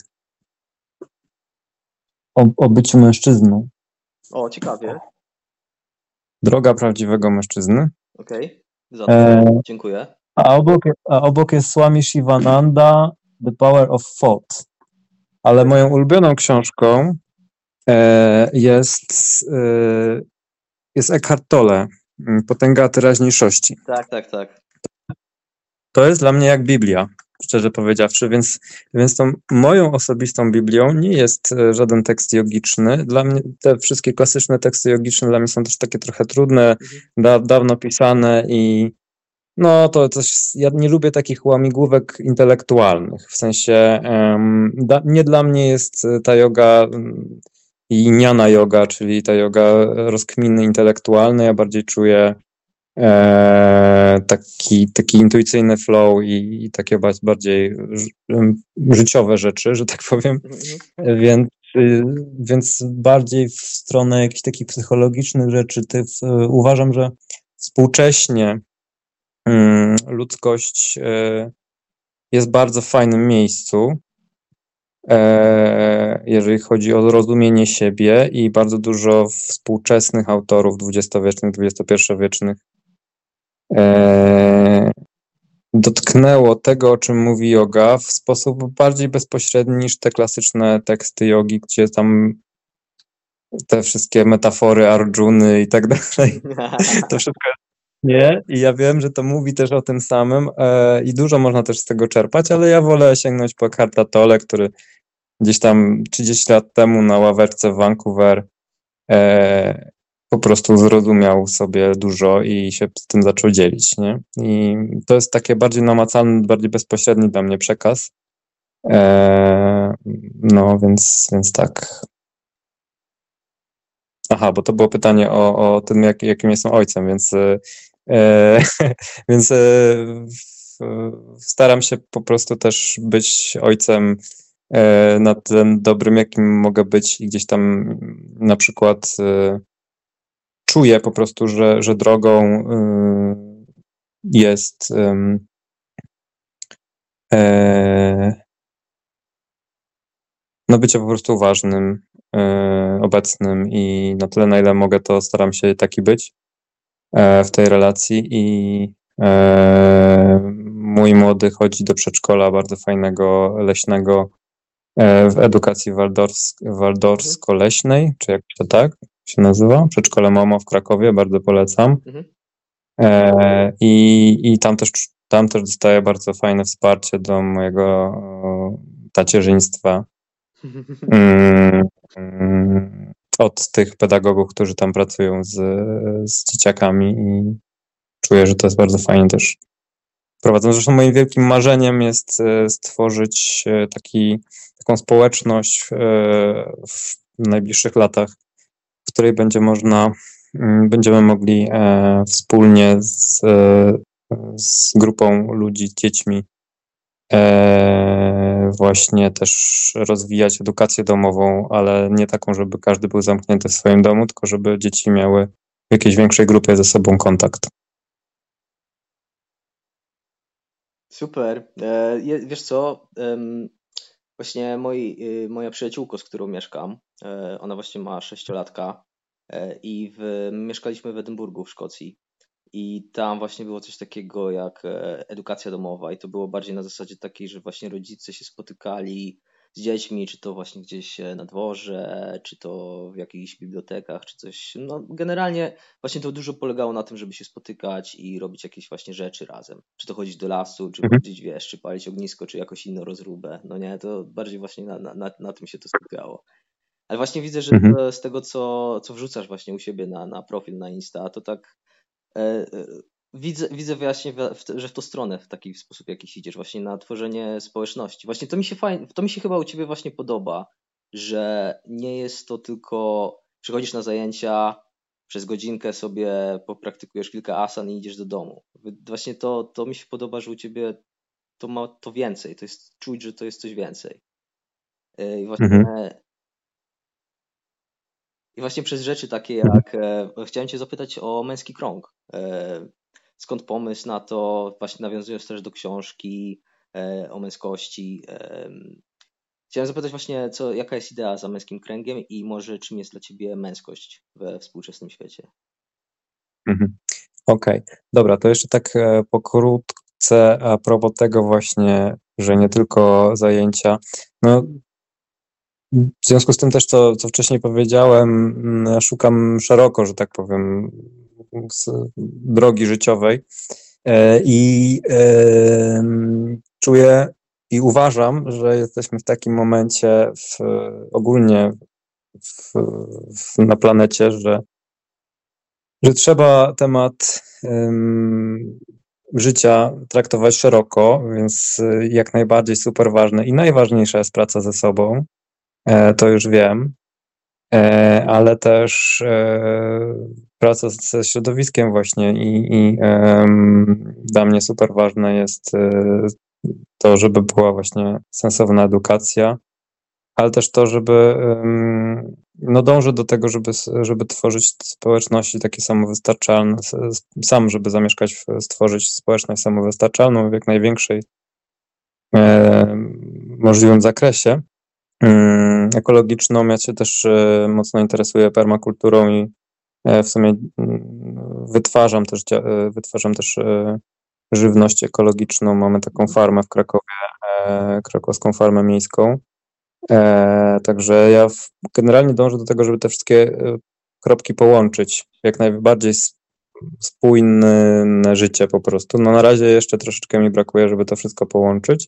B: o, o byciu mężczyzną.
A: O, ciekawie.
B: Droga prawdziwego mężczyzny.
A: Okej, za
B: E,
A: to dziękuję.
B: A obok, a obok jest Swami Shivananda, The Power of Thought. Ale moją ulubioną książką e, jest, e, jest Eckhart Tolle, mm, Potęga teraźniejszości.
A: Tak, tak, tak.
B: To jest dla mnie jak Biblia, szczerze powiedziawszy, więc, więc tą moją osobistą Biblią nie jest e, żaden tekst jogiczny. Dla mnie te wszystkie klasyczne teksty jogiczne dla mnie są też takie trochę trudne,
A: Mhm.
B: da, dawno pisane i no to też ja nie lubię takich łamigłówek intelektualnych. W sensie em, da, nie dla mnie jest ta yoga mm, jiniana yoga, czyli ta yoga rozkminy intelektualne. Ja bardziej czuję e, taki, taki intuicyjny flow i, i takie ba- bardziej ży- em, życiowe rzeczy, że tak powiem.
A: Mhm.
B: Więc, y, więc bardziej w stronę jakichś takich psychologicznych rzeczy. Ty, w, uważam, że współcześnie Mm, ludzkość e, jest bardzo w fajnym miejscu, e, jeżeli chodzi o rozumienie siebie i bardzo dużo współczesnych autorów dwudziestowiecznych, dwudziestopierwowiecznych e, dotknęło tego, o czym mówi yoga w sposób bardziej bezpośredni niż te klasyczne teksty jogi, gdzie tam te wszystkie metafory Arjuny i tak dalej. To wszystko nie, i ja wiem, że to mówi też o tym samym e, i dużo można też z tego czerpać, ale ja wolę sięgnąć po Eckharta Tolle, który gdzieś tam trzydzieści lat temu na ławeczce w Vancouver e, po prostu zrozumiał sobie dużo i się z tym zaczął dzielić, nie? I to jest takie bardziej namacalny, bardziej bezpośredni dla mnie przekaz. E, no, więc, więc tak. Aha, aha, bo to było pytanie o, o tym, jak, jakim jestem ojcem, więc, e, więc e, w, staram się po prostu też być ojcem e, na ten dobrym, jakim mogę być i gdzieś tam na przykład e, czuję po prostu, że, że drogą e, jest e, e, no bycie po prostu uważnym, e, obecnym i na tyle, na ile mogę, to staram się taki być e, w tej relacji i e, mój młody chodzi do przedszkola bardzo fajnego, leśnego e, w edukacji waldorsk- waldorsko-leśnej, czy jak to tak się nazywa? Przedszkole Momo w Krakowie, bardzo polecam.
A: Mhm.
B: E, i, I tam też, tam też dostaję bardzo fajne wsparcie do mojego o, tacierzyństwa. Mm, mm, od tych pedagogów, którzy tam pracują z, z dzieciakami i czuję, że to jest bardzo fajnie też prowadzone. Zresztą moim wielkim marzeniem jest e, stworzyć e, taki, taką społeczność e, w najbliższych latach, w której będzie można, mm, będziemy mogli e, wspólnie z, e, z grupą ludzi, dziećmi e, właśnie też rozwijać edukację domową, ale nie taką, żeby każdy był zamknięty w swoim domu, tylko żeby dzieci miały w jakiejś większej grupie ze sobą kontakt.
A: Super. E, je- wiesz co? Em, właśnie moi, y, moja przyjaciółka, z którą mieszkam, e, ona właśnie ma sześciolatka e, i w, mieszkaliśmy w Edynburgu w Szkocji. I tam właśnie było coś takiego jak e, edukacja domowa i to było bardziej na zasadzie takiej, że właśnie rodzice się spotykali z dziećmi, czy to właśnie gdzieś e, na dworze, czy to w jakichś bibliotekach, czy coś. No generalnie właśnie to dużo polegało na tym, żeby się spotykać i robić jakieś właśnie rzeczy razem. Czy to chodzić do lasu, czy
B: Mhm.
A: chodzić, wiesz, czy palić ognisko, czy jakoś inną rozróbę. No nie, to bardziej właśnie na, na, na, na tym się to skupiało. Ale właśnie widzę, że
B: Mhm.
A: to, z tego, co, co wrzucasz właśnie u siebie na, na profil na Insta, to tak e, e, widzę, widzę właśnie, w, w, że w tą stronę w taki sposób jakiś idziesz, właśnie na tworzenie społeczności. Właśnie to mi się fajnie, to mi się chyba u ciebie właśnie podoba, że nie jest to tylko przychodzisz na zajęcia, przez godzinkę sobie popraktykujesz kilka asan i idziesz do domu. Właśnie to, to mi się podoba, że u ciebie to ma to więcej, to jest czuć, że to jest coś więcej. E, I właśnie
B: Mhm.
A: I właśnie przez rzeczy takie
B: Mhm.
A: jak, e, chciałem Cię zapytać o Męski Krąg. E, skąd pomysł na to, właśnie nawiązując też do książki e, o męskości. E, chciałem zapytać właśnie, co, jaka jest idea za Męskim Kręgiem i może czym jest dla Ciebie męskość we współczesnym świecie?
B: Mhm. Okej, dobra, to jeszcze tak e, pokrótce a propos tego właśnie, że nie tylko zajęcia. No, w związku z tym też, co, co wcześniej powiedziałem, mm, szukam szeroko, że tak powiem, z drogi życiowej e, i e, czuję i uważam, że jesteśmy w takim momencie w, ogólnie w, w, na planecie, że, że trzeba temat em, życia traktować szeroko, więc e, jak najbardziej super ważne i najważniejsza jest praca ze sobą, e, to już wiem. E, ale też e, praca z- ze środowiskiem właśnie i, i em, dla mnie super ważne jest e, to, żeby była właśnie sensowna edukacja, ale też to, żeby em, no dążę do tego, żeby, s- żeby tworzyć społeczności takie samowystarczalne, s- s- sam, żeby zamieszkać, w, stworzyć społeczność samowystarczalną w jak największej e, możliwym zakresie. Mm, ekologiczną. Ja się też e, mocno interesuję permakulturą i e, w sumie mm, wytwarzam też, dzia- e, wytwarzam też e, żywność ekologiczną. Mamy taką farmę w Krakowie, e, krakowską farmę miejską. E, Także ja w, generalnie dążę do tego, żeby te wszystkie e, kropki połączyć. Jak najbardziej s- spójne życie po prostu. No na razie jeszcze troszeczkę mi brakuje, żeby to wszystko połączyć.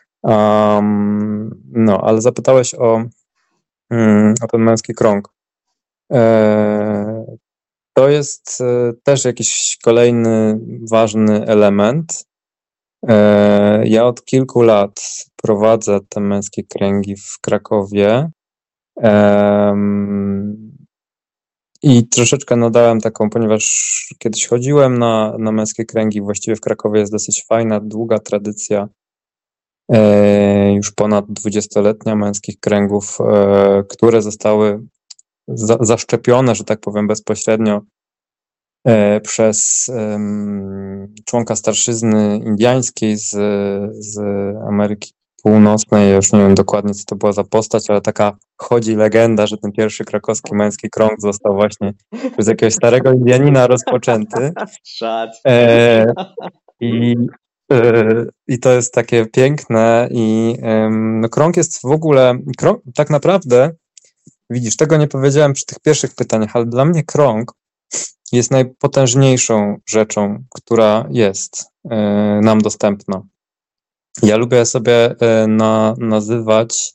B: Um, no, ale zapytałeś o Mm, o ten męski krąg. E, To jest e, też jakiś kolejny ważny element. E, Ja od kilku lat prowadzę te męskie kręgi w Krakowie. Em, I troszeczkę nadałem taką, ponieważ kiedyś chodziłem na, na męskie kręgi, właściwie w Krakowie jest dosyć fajna, długa tradycja, e, już ponad dwudziestoletnia męskich kręgów, e, które zostały za, zaszczepione, że tak powiem, bezpośrednio e, przez e, członka starszyzny indyjskiej z, z Ameryki Północnej. Ja już nie wiem dokładnie, co to była za postać, ale taka chodzi legenda, że ten pierwszy krakowski męski krąg został właśnie przez jakiegoś starego Indianina rozpoczęty. E, i, e, I to jest takie piękne. I e, no, krąg jest w ogóle, krąg, tak naprawdę, widzisz, tego nie powiedziałem przy tych pierwszych pytaniach, ale dla mnie krąg jest najpotężniejszą rzeczą, która jest e, nam dostępna. Ja lubię sobie e, na, nazywać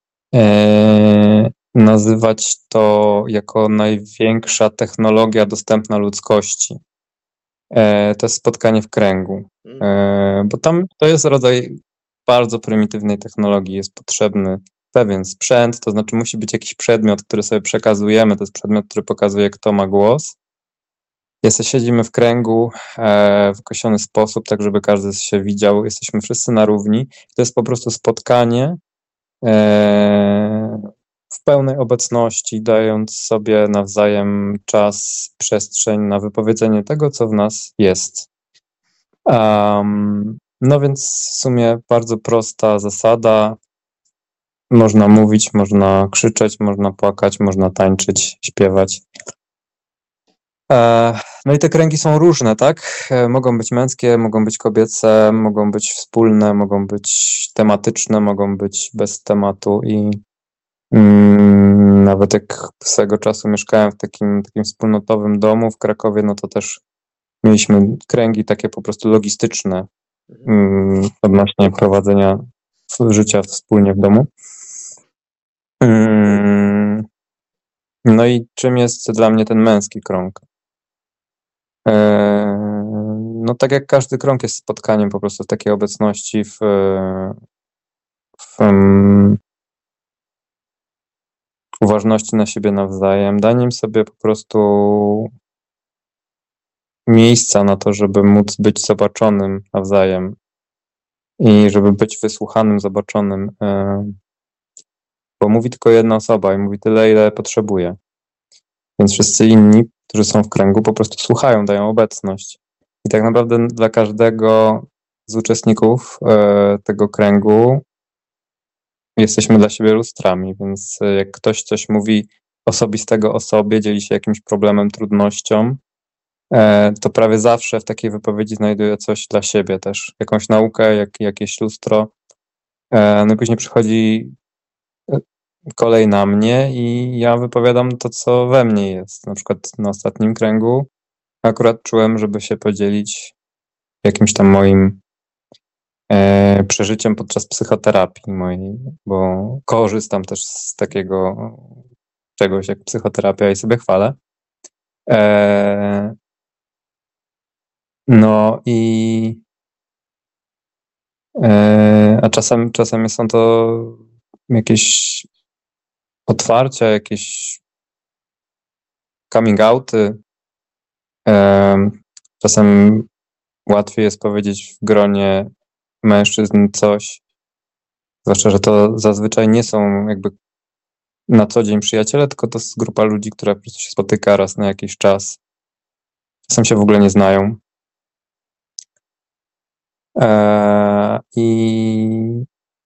B: e, nazywać to jako największa technologia dostępna ludzkości. E, to jest spotkanie w kręgu, e, bo tam to jest rodzaj bardzo prymitywnej technologii. Jest potrzebny pewien sprzęt, to znaczy musi być jakiś przedmiot, który sobie przekazujemy. To jest przedmiot, który pokazuje, kto ma głos. Jest, siedzimy w kręgu e, w określony sposób, tak żeby każdy się widział. Jesteśmy wszyscy na równi. To jest po prostu spotkanie e, w pełnej obecności, dając sobie nawzajem czas, przestrzeń na wypowiedzenie tego, co w nas jest. Um, no więc w sumie bardzo prosta zasada. Można mówić, można krzyczeć, można płakać, można tańczyć, śpiewać. No i te kręgi są różne, tak? Mogą być męskie, mogą być kobiece, mogą być wspólne, mogą być tematyczne, mogą być bez tematu i mm, nawet jak swego czasu mieszkałem w takim, takim wspólnotowym domu w Krakowie, no to też mieliśmy kręgi takie po prostu logistyczne mm, odnośnie prowadzenia życia wspólnie w domu. Mm, no i czym jest dla mnie ten męski krąg? No tak jak każdy krąg jest spotkaniem po prostu w takiej obecności, w, w um, uważności na siebie nawzajem, daniem sobie po prostu miejsca na to, żeby móc być zobaczonym nawzajem i żeby być wysłuchanym, zobaczonym, bo mówi tylko jedna osoba i mówi tyle, ile potrzebuje. Więc wszyscy inni, którzy są w kręgu, po prostu słuchają, dają obecność. I tak naprawdę dla każdego z uczestników e, tego kręgu jesteśmy dla siebie lustrami, więc jak ktoś coś mówi osobistego o sobie, dzieli się jakimś problemem, trudnością, e, to prawie zawsze w takiej wypowiedzi znajduje coś dla siebie też, jakąś naukę, jak, jakieś lustro. E, no i później przychodzi kolej na mnie i ja wypowiadam to, co we mnie jest. Na przykład na ostatnim kręgu akurat czułem, żeby się podzielić jakimś tam moim e, przeżyciem podczas psychoterapii mojej, bo korzystam też z takiego czegoś jak psychoterapia i sobie chwalę. E, no i e, a czasem, czasem są to jakieś otwarcia, jakieś coming outy. Czasem łatwiej jest powiedzieć w gronie mężczyzn coś, zwłaszcza, że to zazwyczaj nie są jakby na co dzień przyjaciele, tylko to jest grupa ludzi, która po prostu się spotyka raz na jakiś czas. Czasem się w ogóle nie znają. Eee, i,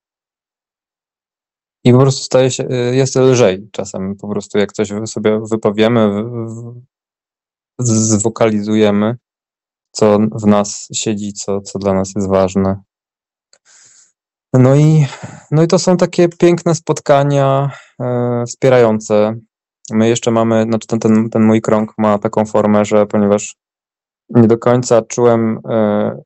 B: I po prostu staje się, jest lżej czasem, po prostu jak coś sobie wypowiemy, zwokalizujemy, co w nas siedzi, co, co dla nas jest ważne. No i, no i to są takie piękne spotkania e, wspierające. My jeszcze mamy, znaczy ten, ten, ten mój krąg ma taką formę, że ponieważ nie do końca czułem, e,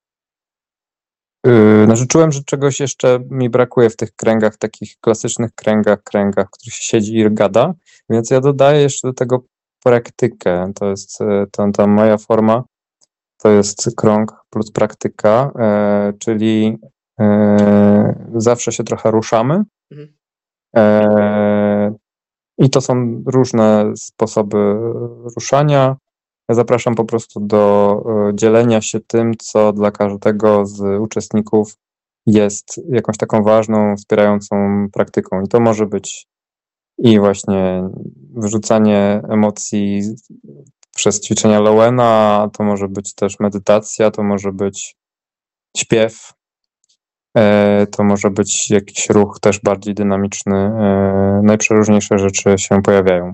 B: e, znaczy czułem, że czegoś jeszcze mi brakuje w tych kręgach, takich klasycznych kręgach, kręgach, w których się siedzi i gada, więc ja dodaję jeszcze do tego praktykę. To jest ta, ta moja forma, to jest krąg plus praktyka, e, czyli e, zawsze się trochę ruszamy. E, I to są różne sposoby ruszania. Ja zapraszam po prostu do dzielenia się tym, co dla każdego z uczestników jest jakąś taką ważną, wspierającą praktyką. I to może być i właśnie wyrzucanie emocji przez ćwiczenia Lowena, to może być też medytacja, to może być śpiew, to może być jakiś ruch też bardziej dynamiczny. Najprzeróżniejsze rzeczy się pojawiają.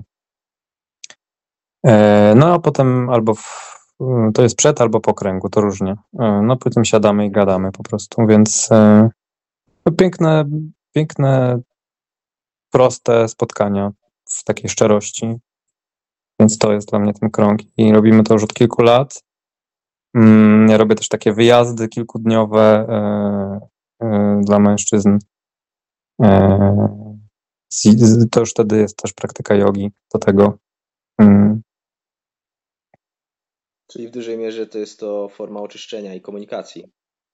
B: No a potem albo w, to jest przed, albo po kręgu, to różnie. No potem siadamy i gadamy po prostu, więc no, piękne, piękne, proste spotkania w takiej szczerości. Więc to jest dla mnie ten krąg i robimy to już od kilku lat. Ja robię też takie wyjazdy kilkudniowe dla mężczyzn. To już wtedy jest też praktyka jogi do tego.
A: Czyli w dużej mierze to jest to forma oczyszczenia i komunikacji.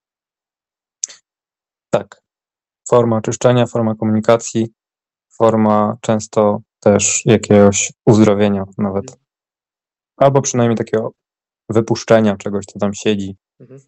B: Tak. Forma oczyszczenia, forma komunikacji, forma często też jakiegoś uzdrowienia nawet. Albo przynajmniej takiego wypuszczenia czegoś, co tam siedzi. Mhm.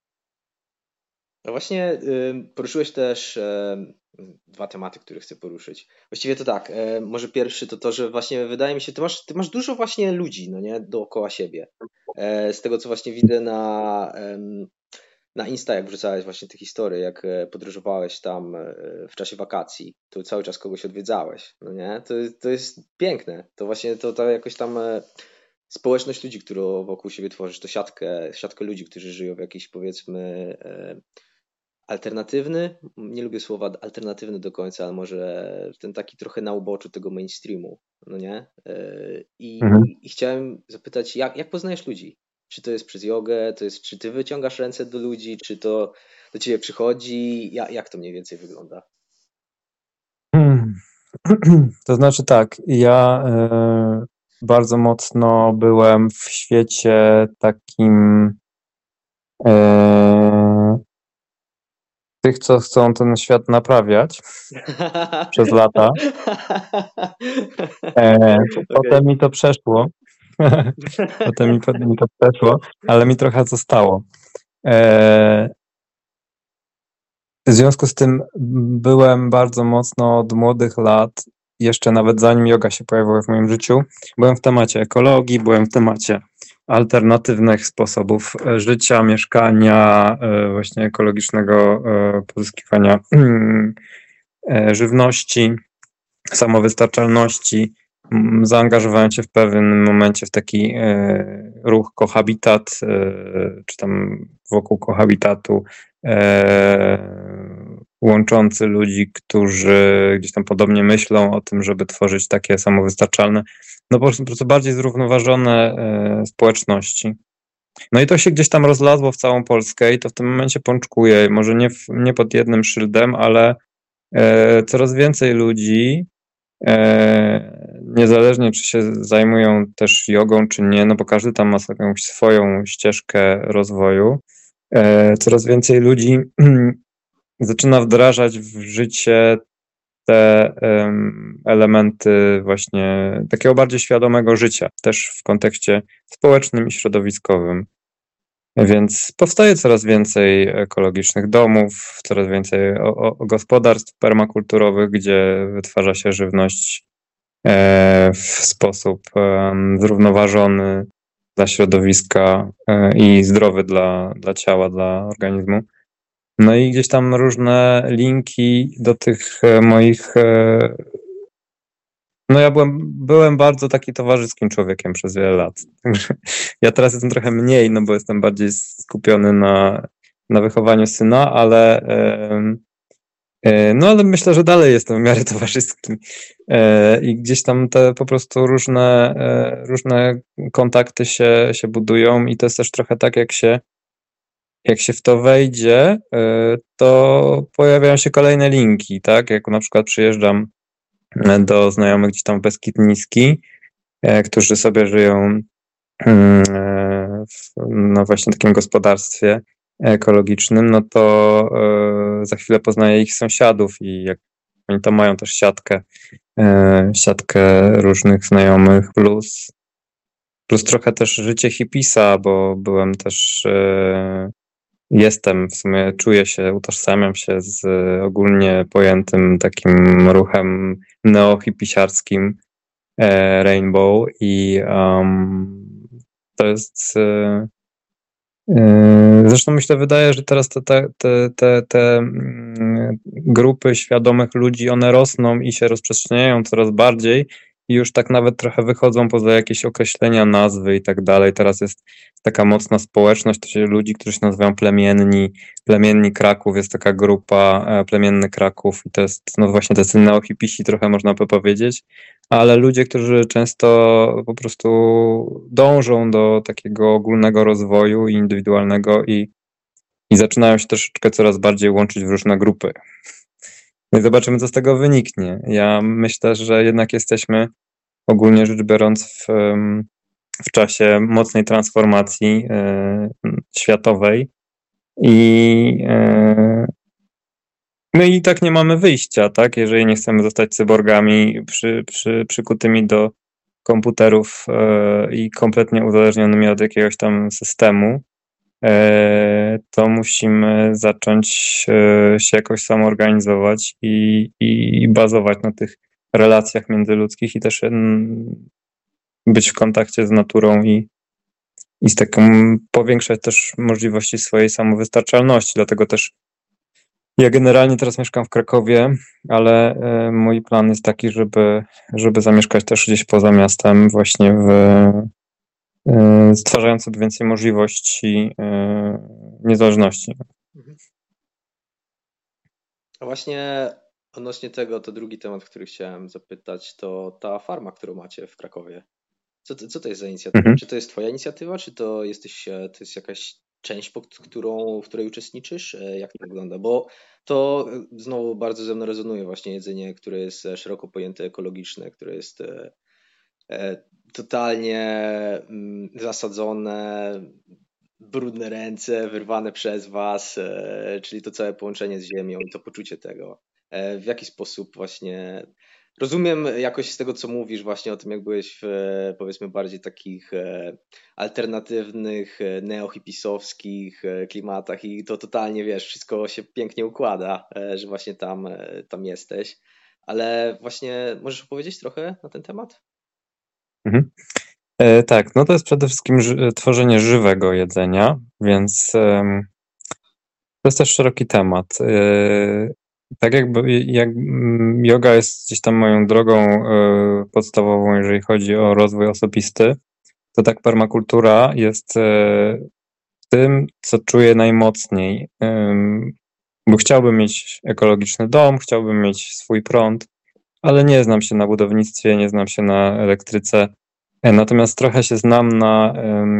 A: No właśnie y, poruszyłeś też y, dwa tematy, które chcę poruszyć. Właściwie to tak, y, może pierwszy to to, że właśnie wydaje mi się, ty masz, ty masz dużo właśnie ludzi, no nie, dookoła siebie. Y, z tego, co właśnie widzę na, y, na Insta, jak wrzucałeś właśnie te historie, jak podróżowałeś tam y, w czasie wakacji, to cały czas kogoś odwiedzałeś, no nie, to, to jest piękne. To właśnie to, to jakoś tam... Y, społeczność ludzi, którą wokół siebie tworzysz, to siatkę, siatkę ludzi, którzy żyją w jakiś, powiedzmy, alternatywny, nie lubię słowa alternatywny do końca, ale może ten taki trochę na uboczu tego mainstreamu, no nie? I, mhm. i chciałem zapytać, jak, jak poznajesz ludzi? Czy to jest przez jogę, to jest, czy ty wyciągasz ręce do ludzi, czy to do ciebie przychodzi? Jak, jak to mniej więcej wygląda?
B: Hmm. To znaczy tak, ja... Yy... bardzo mocno byłem w świecie takim e, tych, co chcą ten świat naprawiać przez lata. E, potem okay. mi to przeszło. potem, mi, potem mi to przeszło, ale mi trochę zostało. E, w związku z tym byłem bardzo mocno od młodych lat, jeszcze nawet zanim joga się pojawiła w moim życiu, byłem w temacie ekologii, byłem w temacie alternatywnych sposobów życia, mieszkania, właśnie ekologicznego pozyskiwania żywności, samowystarczalności. Zaangażowałem się w pewnym momencie w taki ruch kohabitat, czy tam wokół kohabitatu, łączący ludzi, którzy gdzieś tam podobnie myślą o tym, żeby tworzyć takie samowystarczalne, no po prostu, po prostu bardziej zrównoważone e, społeczności. No i to się gdzieś tam rozlazło w całą Polskę i to w tym momencie pączkuje, może nie, w, nie pod jednym szyldem, ale e, coraz więcej ludzi, e, niezależnie czy się zajmują też jogą, czy nie, no bo każdy tam ma jakąś swoją ścieżkę rozwoju, e, coraz więcej ludzi zaczyna wdrażać w życie te um, elementy właśnie takiego bardziej świadomego życia, też w kontekście społecznym i środowiskowym. Więc powstaje coraz więcej ekologicznych domów, coraz więcej o, o gospodarstw permakulturowych, gdzie wytwarza się żywność e, w sposób e, zrównoważony dla środowiska e, i zdrowy dla, dla ciała, dla organizmu. No i gdzieś tam różne linki do tych moich... No ja byłem, byłem bardzo taki towarzyskim człowiekiem przez wiele lat. Ja teraz jestem trochę mniej, no bo jestem bardziej skupiony na, na wychowaniu syna, ale no ale myślę, że dalej jestem w miarę towarzyskim. I gdzieś tam te po prostu różne, różne kontakty się, się budują i to jest też trochę tak, jak się Jak się w to wejdzie, to pojawiają się kolejne linki, tak? Jak na przykład przyjeżdżam do znajomych gdzieś tam w Beskid Niski, którzy sobie żyją w no właśnie takim gospodarstwie ekologicznym, no to za chwilę poznaję ich sąsiadów i jak oni tam mają też siatkę siatkę różnych znajomych, plus, plus trochę też życie hipisa, bo byłem też, jestem w sumie, czuję się, utożsamiam się z ogólnie pojętym takim ruchem neohipisiarskim Rainbow i um, to jest zresztą mi się wydaje, że teraz te, te, te, te grupy świadomych ludzi, one rosną i się rozprzestrzeniają coraz bardziej i już tak nawet trochę wychodzą poza jakieś określenia, nazwy i tak dalej. Teraz jest taka mocna społeczność to się ludzi, którzy się nazywają plemienni, plemienni Kraków, jest taka grupa plemienny Kraków i to jest no właśnie tacy neohipisi trochę można by powiedzieć, ale ludzie, którzy często po prostu dążą do takiego ogólnego rozwoju i indywidualnego i, i zaczynają się troszeczkę coraz bardziej łączyć w różne grupy. No i zobaczymy, co z tego wyniknie. Ja myślę, że jednak jesteśmy ogólnie rzecz biorąc w, w czasie mocnej transformacji y, światowej i y, no i tak nie mamy wyjścia, tak? Jeżeli nie chcemy zostać cyborgami przy, przy, przykutymi do komputerów y, i kompletnie uzależnionymi od jakiegoś tam systemu, y, to musimy zacząć y, się jakoś samoorganizować i, i bazować na tych relacjach międzyludzkich i też y, być w kontakcie z naturą i, i z taką powiększać też możliwości swojej samowystarczalności. Dlatego też ja generalnie teraz mieszkam w Krakowie, ale y, mój plan jest taki, żeby, żeby zamieszkać też gdzieś poza miastem, właśnie w, y, stwarzając sobie więcej możliwości y, niezależności.
A: A właśnie odnośnie tego, to drugi temat, który chciałem zapytać, to ta farma, którą macie w Krakowie. Co to, co to jest za inicjatywa? Mhm. Czy to jest twoja inicjatywa, czy to, jesteś, to jest jakaś część, pod którą, w której uczestniczysz? Jak to wygląda? Bo to znowu bardzo ze mną rezonuje właśnie jedzenie, które jest szeroko pojęte ekologiczne, które jest totalnie zasadzone, brudne ręce, wyrwane przez was, czyli to całe połączenie z ziemią i to poczucie tego. W jaki sposób właśnie... Rozumiem jakoś z tego, co mówisz właśnie o tym, jak byłeś w, powiedzmy, bardziej takich alternatywnych, neohipisowskich klimatach i to totalnie, wiesz, wszystko się pięknie układa, że właśnie tam, tam jesteś. Ale właśnie możesz opowiedzieć trochę na ten temat?
B: Mhm. E, tak, no to jest przede wszystkim ży- tworzenie żywego jedzenia, więc e, to jest też szeroki temat. E, tak jakby jak yoga jest gdzieś tam moją drogą e, podstawową, jeżeli chodzi o rozwój osobisty, to tak permakultura jest e, tym, co czuję najmocniej, e, bo chciałbym mieć ekologiczny dom, chciałbym mieć swój prąd, ale nie znam się na budownictwie, nie znam się na elektryce. Natomiast trochę się znam na,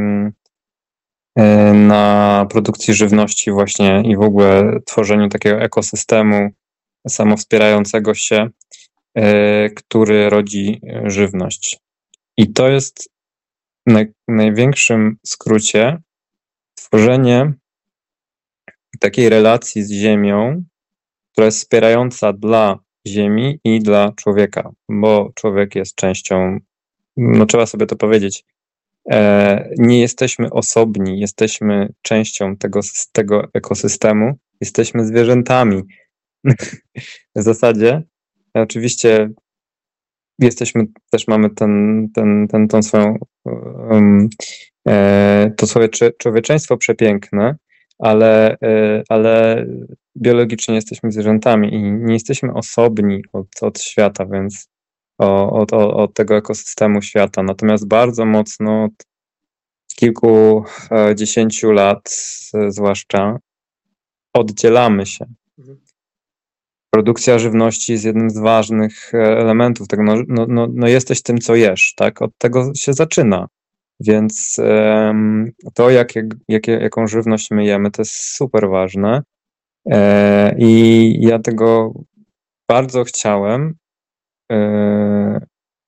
B: na produkcji żywności właśnie i w ogóle tworzeniu takiego ekosystemu samowspierającego się, który rodzi żywność. I to jest w naj, największym skrócie tworzenie takiej relacji z ziemią, która jest wspierająca dla ziemi i dla człowieka, bo człowiek jest częścią, no trzeba sobie to powiedzieć, e, nie jesteśmy osobni, jesteśmy częścią tego, tego ekosystemu, jesteśmy zwierzętami. W zasadzie oczywiście jesteśmy, też mamy ten, ten, ten, tą swoją um, e, to swoje człowieczeństwo przepiękne, ale, e, ale biologicznie jesteśmy zwierzętami i nie jesteśmy osobni od, od świata, więc od, od, od tego ekosystemu świata. Natomiast bardzo mocno od kilkudziesięciu lat zwłaszcza oddzielamy się. Produkcja żywności jest jednym z ważnych elementów tego. No, no, no, no jesteś tym, co jesz, tak? Od tego się zaczyna. Więc um, to, jak, jak, jaką żywność my jemy, to jest super ważne. E, I ja tego bardzo chciałem e,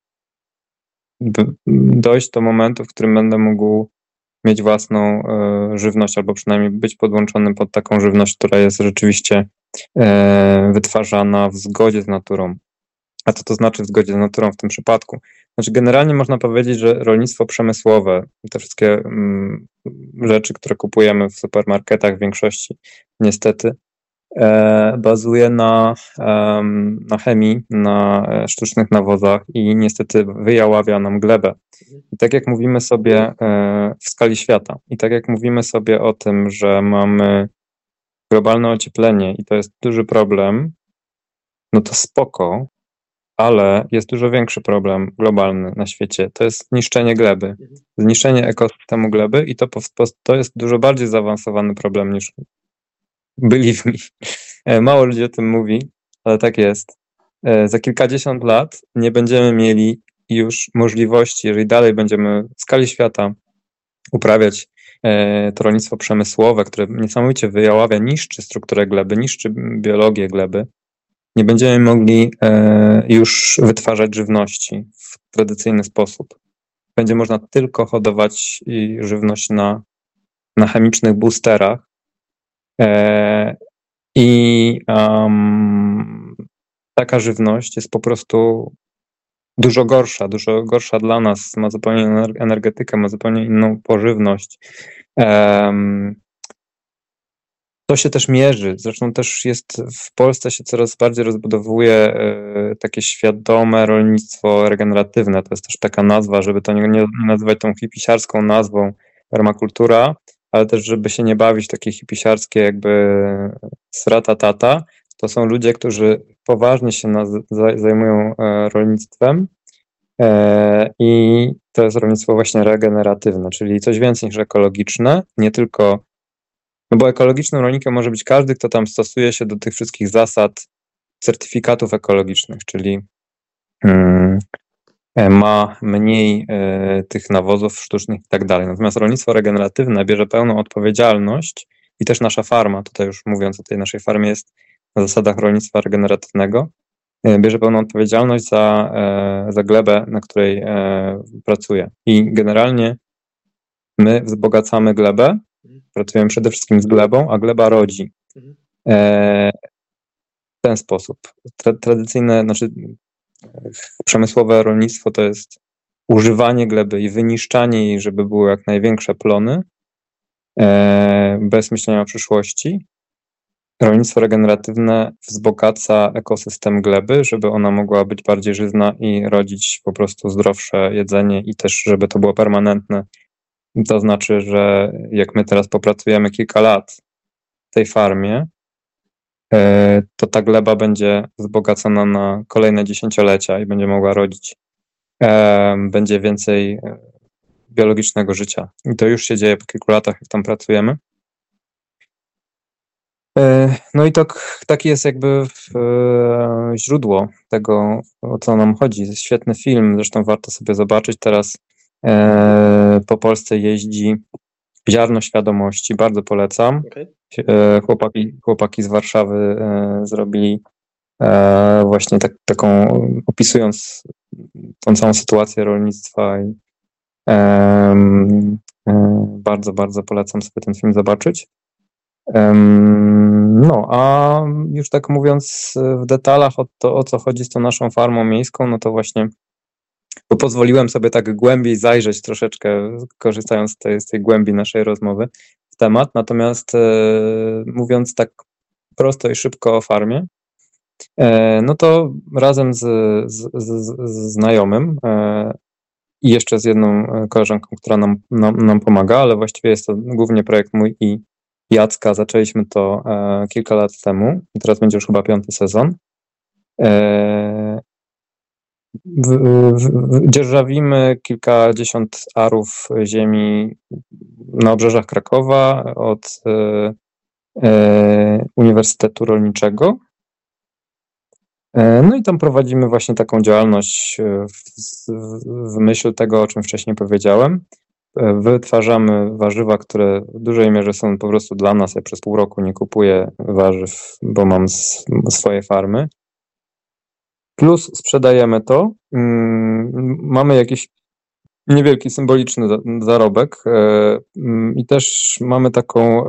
B: dojść do momentu, w którym będę mógł mieć własną e, żywność, albo przynajmniej być podłączony pod taką żywność, która jest rzeczywiście e, wytwarzana w zgodzie z naturą. A co to znaczy w zgodzie z naturą w tym przypadku? Znaczy generalnie można powiedzieć, że rolnictwo przemysłowe, te wszystkie mm, rzeczy, które kupujemy w supermarketach w większości niestety, e, bazuje na, em, na chemii, na e, sztucznych nawozach i niestety wyjaławia nam glebę. I tak jak mówimy sobie e, w skali świata i tak jak mówimy sobie o tym, że mamy globalne ocieplenie i to jest duży problem, no to spoko, ale jest dużo większy problem globalny na świecie. To jest niszczenie gleby, zniszczenie ekosystemu gleby i to, to jest dużo bardziej zaawansowany problem niż believe me. Mało ludzi o tym mówi, ale tak jest. Za kilkadziesiąt lat nie będziemy mieli już możliwości, jeżeli dalej będziemy w skali świata uprawiać to rolnictwo przemysłowe, które niesamowicie wyjaławia, niszczy strukturę gleby, niszczy biologię gleby, nie będziemy mogli e, już wytwarzać żywności w tradycyjny sposób. Będzie można tylko hodować i żywność na, na chemicznych boosterach. E, I um, taka żywność jest po prostu dużo gorsza, dużo gorsza dla nas, ma zupełnie inną energetykę, ma zupełnie inną pożywność. Um, To się też mierzy. Zresztą też jest w Polsce się coraz bardziej rozbudowuje e, takie świadome rolnictwo regeneratywne. To jest też taka nazwa, żeby to nie, nie nazywać tą hipisiarską nazwą permakultura, ale też żeby się nie bawić takie hipisiarskie jakby srata tata. To są ludzie, którzy poważnie się naz- zajmują e, rolnictwem e, i to jest rolnictwo właśnie regeneratywne, czyli coś więcej niż ekologiczne, nie tylko. No bo ekologicznym rolnikiem może być każdy, kto tam stosuje się do tych wszystkich zasad certyfikatów ekologicznych, czyli mm, ma mniej y, tych nawozów sztucznych i tak dalej. Natomiast rolnictwo regeneratywne bierze pełną odpowiedzialność i też nasza farma, tutaj już mówiąc o tej naszej farmie, jest na zasadach rolnictwa regeneratywnego, y, bierze pełną odpowiedzialność za, y, za glebę, na której y, pracuje. I generalnie my wzbogacamy glebę, pracujemy przede wszystkim z glebą, a gleba rodzi. E, w ten sposób. Tra- tradycyjne, znaczy przemysłowe rolnictwo to jest używanie gleby i wyniszczanie jej, żeby były jak największe plony, e, bez myślenia o przyszłości. Rolnictwo regeneratywne wzbogaca ekosystem gleby, żeby ona mogła być bardziej żyzna i rodzić po prostu zdrowsze jedzenie i też, żeby to było permanentne. To znaczy, że jak my teraz popracujemy kilka lat w tej farmie, to ta gleba będzie wzbogacona na kolejne dziesięciolecia i będzie mogła rodzić. Będzie więcej biologicznego życia. I to już się dzieje po kilku latach, jak tam pracujemy. No i to taki jest jakby źródło tego, o co nam chodzi. Jest świetny film, zresztą warto sobie zobaczyć teraz. Po Polsce jeździ Ziarno Świadomości, bardzo polecam. Okay. Chłopaki, chłopaki z Warszawy zrobili właśnie tak, taką, opisując tą całą sytuację rolnictwa i bardzo, bardzo polecam sobie ten film zobaczyć. No, a już tak mówiąc w detalach o to, o co chodzi z tą naszą farmą miejską, no to właśnie bo pozwoliłem sobie tak głębiej zajrzeć troszeczkę, korzystając z tej, z tej głębi naszej rozmowy w temat, natomiast e, mówiąc tak prosto i szybko o farmie, e, no to razem z, z, z, z znajomym e, i jeszcze z jedną koleżanką, która nam, nam, nam pomaga, ale właściwie jest to głównie projekt mój i Jacka, zaczęliśmy to e, kilka lat temu i teraz będzie już chyba piąty sezon. E, W, w, dzierżawimy kilkadziesiąt arów ziemi na obrzeżach Krakowa od e, e, Uniwersytetu Rolniczego. E, no i tam prowadzimy właśnie taką działalność w, w myśl tego, o czym wcześniej powiedziałem. E, wytwarzamy warzywa, które w dużej mierze są po prostu dla nas. Ja przez pół roku nie kupuję warzyw, bo mam s, swoje farmy. Plus sprzedajemy to, mamy jakiś niewielki, symboliczny zarobek i też mamy taką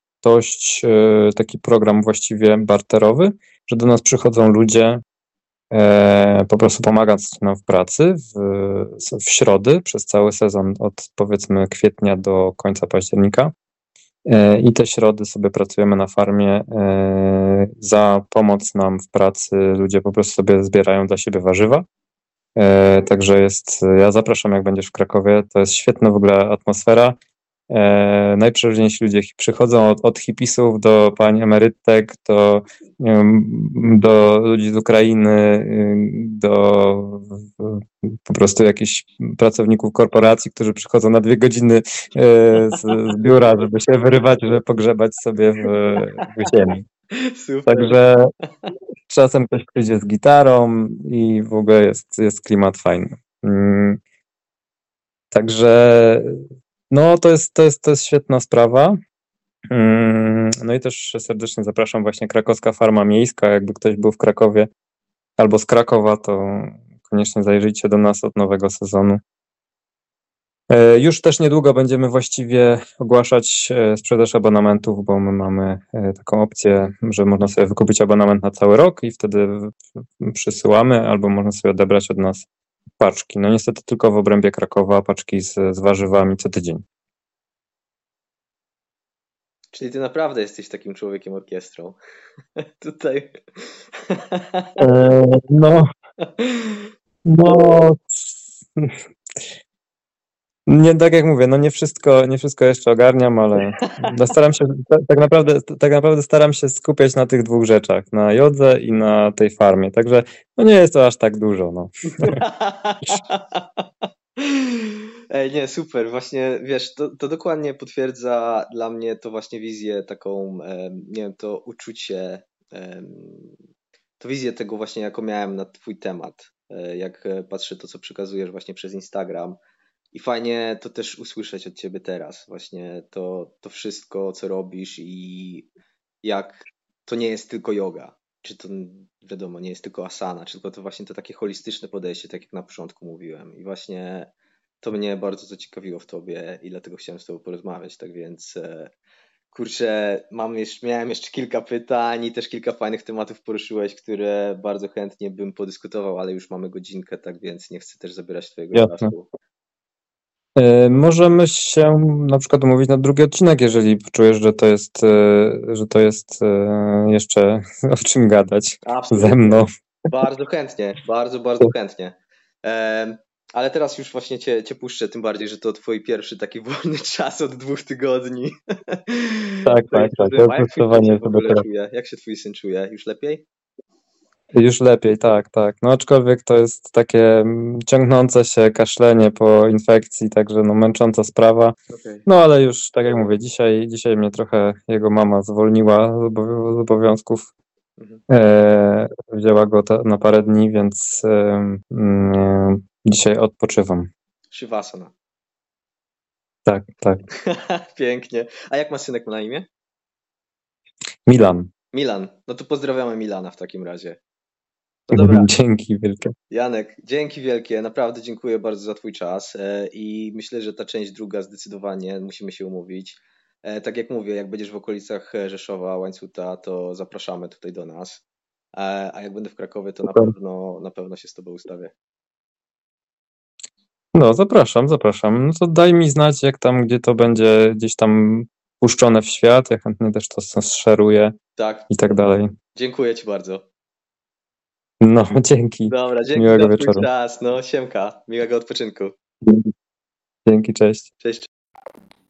B: otwartość, taki program właściwie barterowy, że do nas przychodzą ludzie e, po prostu pomagać nam w pracy w, w środy przez cały sezon od powiedzmy kwietnia do końca października. E, I te środy sobie pracujemy na farmie. E, za pomoc nam w pracy ludzie po prostu sobie zbierają dla siebie warzywa. E, także jest, ja zapraszam, jak będziesz w Krakowie, to jest świetna w ogóle atmosfera. E, najprzeróżniejsi ludzie przychodzą od, od hipisów do pań emerytek, do, do ludzi z Ukrainy, do po prostu jakichś pracowników korporacji, którzy przychodzą na dwie godziny e, z, z biura, żeby się wyrywać, żeby pogrzebać sobie w, w ziemi.
A: Super.
B: Także czasem ktoś przyjdzie z gitarą i w ogóle jest, jest klimat fajny. Mm. Także no to jest, to jest, to jest świetna sprawa. Mm. No i też serdecznie zapraszam właśnie Krakowska Farma Miejska. Jakby ktoś był w Krakowie albo z Krakowa, to koniecznie zajrzyjcie do nas od nowego sezonu. Już też niedługo będziemy właściwie ogłaszać sprzedaż abonamentów, bo my mamy taką opcję, że można sobie wykupić abonament na cały rok i wtedy przysyłamy, albo można sobie odebrać od nas paczki. No niestety tylko w obrębie Krakowa paczki z, z warzywami co tydzień.
A: Czyli ty naprawdę jesteś takim człowiekiem orkiestrą. Tutaj.
B: E, no. No. Nie, tak jak mówię, no nie wszystko, nie wszystko jeszcze ogarniam, ale no staram się, tak naprawdę, tak naprawdę staram się skupiać na tych dwóch rzeczach, na jodze i na tej farmie, także no nie jest to aż tak dużo, no.
A: Ej, nie, super, właśnie, wiesz, to, to dokładnie potwierdza dla mnie to właśnie wizję taką, nie wiem, to uczucie, to wizję tego właśnie, jaką miałem na twój temat, jak patrzę to, co przekazujesz właśnie przez Instagram. I fajnie to też usłyszeć od ciebie teraz, właśnie to, to wszystko, co robisz i jak to nie jest tylko yoga, czy to wiadomo, nie jest tylko asana, czy tylko to właśnie to takie holistyczne podejście, tak jak na początku mówiłem. I właśnie to mnie bardzo zaciekawiło w tobie i dlatego chciałem z tobą porozmawiać, tak więc kurczę, mam jeszcze, miałem jeszcze kilka pytań i też kilka fajnych tematów poruszyłeś, które bardzo chętnie bym podyskutował, ale już mamy godzinkę, tak więc nie chcę też zabierać twojego
B: Jasne.
A: czasu.
B: Możemy się na przykład umówić na drugi odcinek, jeżeli czujesz, że to jest, że to jest jeszcze o czym gadać. Absolutnie. Ze mną.
A: Bardzo chętnie, bardzo, bardzo chętnie. Um, ale teraz już właśnie cię, cię puszczę, tym bardziej, że to twój pierwszy taki wolny czas od dwóch tygodni.
B: Tak, tak, tak.
A: A jak twój syn się w ogóle czuje? Jak się twój syn czuje? Już lepiej?
B: Już lepiej, tak, tak. No aczkolwiek to jest takie ciągnące się kaszlenie po infekcji, także no męcząca sprawa. Okay. No ale już, tak jak mówię, dzisiaj, dzisiaj mnie trochę jego mama zwolniła z obowiązków. Mhm. E, wzięła go ta, na parę dni, więc e, e, dzisiaj odpoczywam.
A: Shavasana.
B: Tak, tak.
A: Pięknie. A jak ma synek na imię?
B: Milan.
A: Milan. No to pozdrawiamy Milana w takim razie.
B: No dobra. Dzięki wielkie.
A: Janek, dzięki wielkie. Naprawdę dziękuję bardzo za twój czas i myślę, że ta część druga zdecydowanie musimy się umówić. Tak jak mówię, jak będziesz w okolicach Rzeszowa, Łańcuta, to zapraszamy tutaj do nas. A jak będę w Krakowie, to na pewno, na pewno się z tobą ustawię.
B: No, zapraszam, zapraszam. No to daj mi znać, jak tam, gdzie to będzie gdzieś tam puszczone w świat. Ja chętnie też to szeruję.
A: Tak.
B: I tak dalej.
A: Dziękuję ci bardzo.
B: No, dzięki.
A: Dobra, dzięki
B: Miłego
A: za twój
B: wieczoru.
A: czas. No, siemka. Miłego odpoczynku.
B: Dzięki, cześć.
A: Cześć.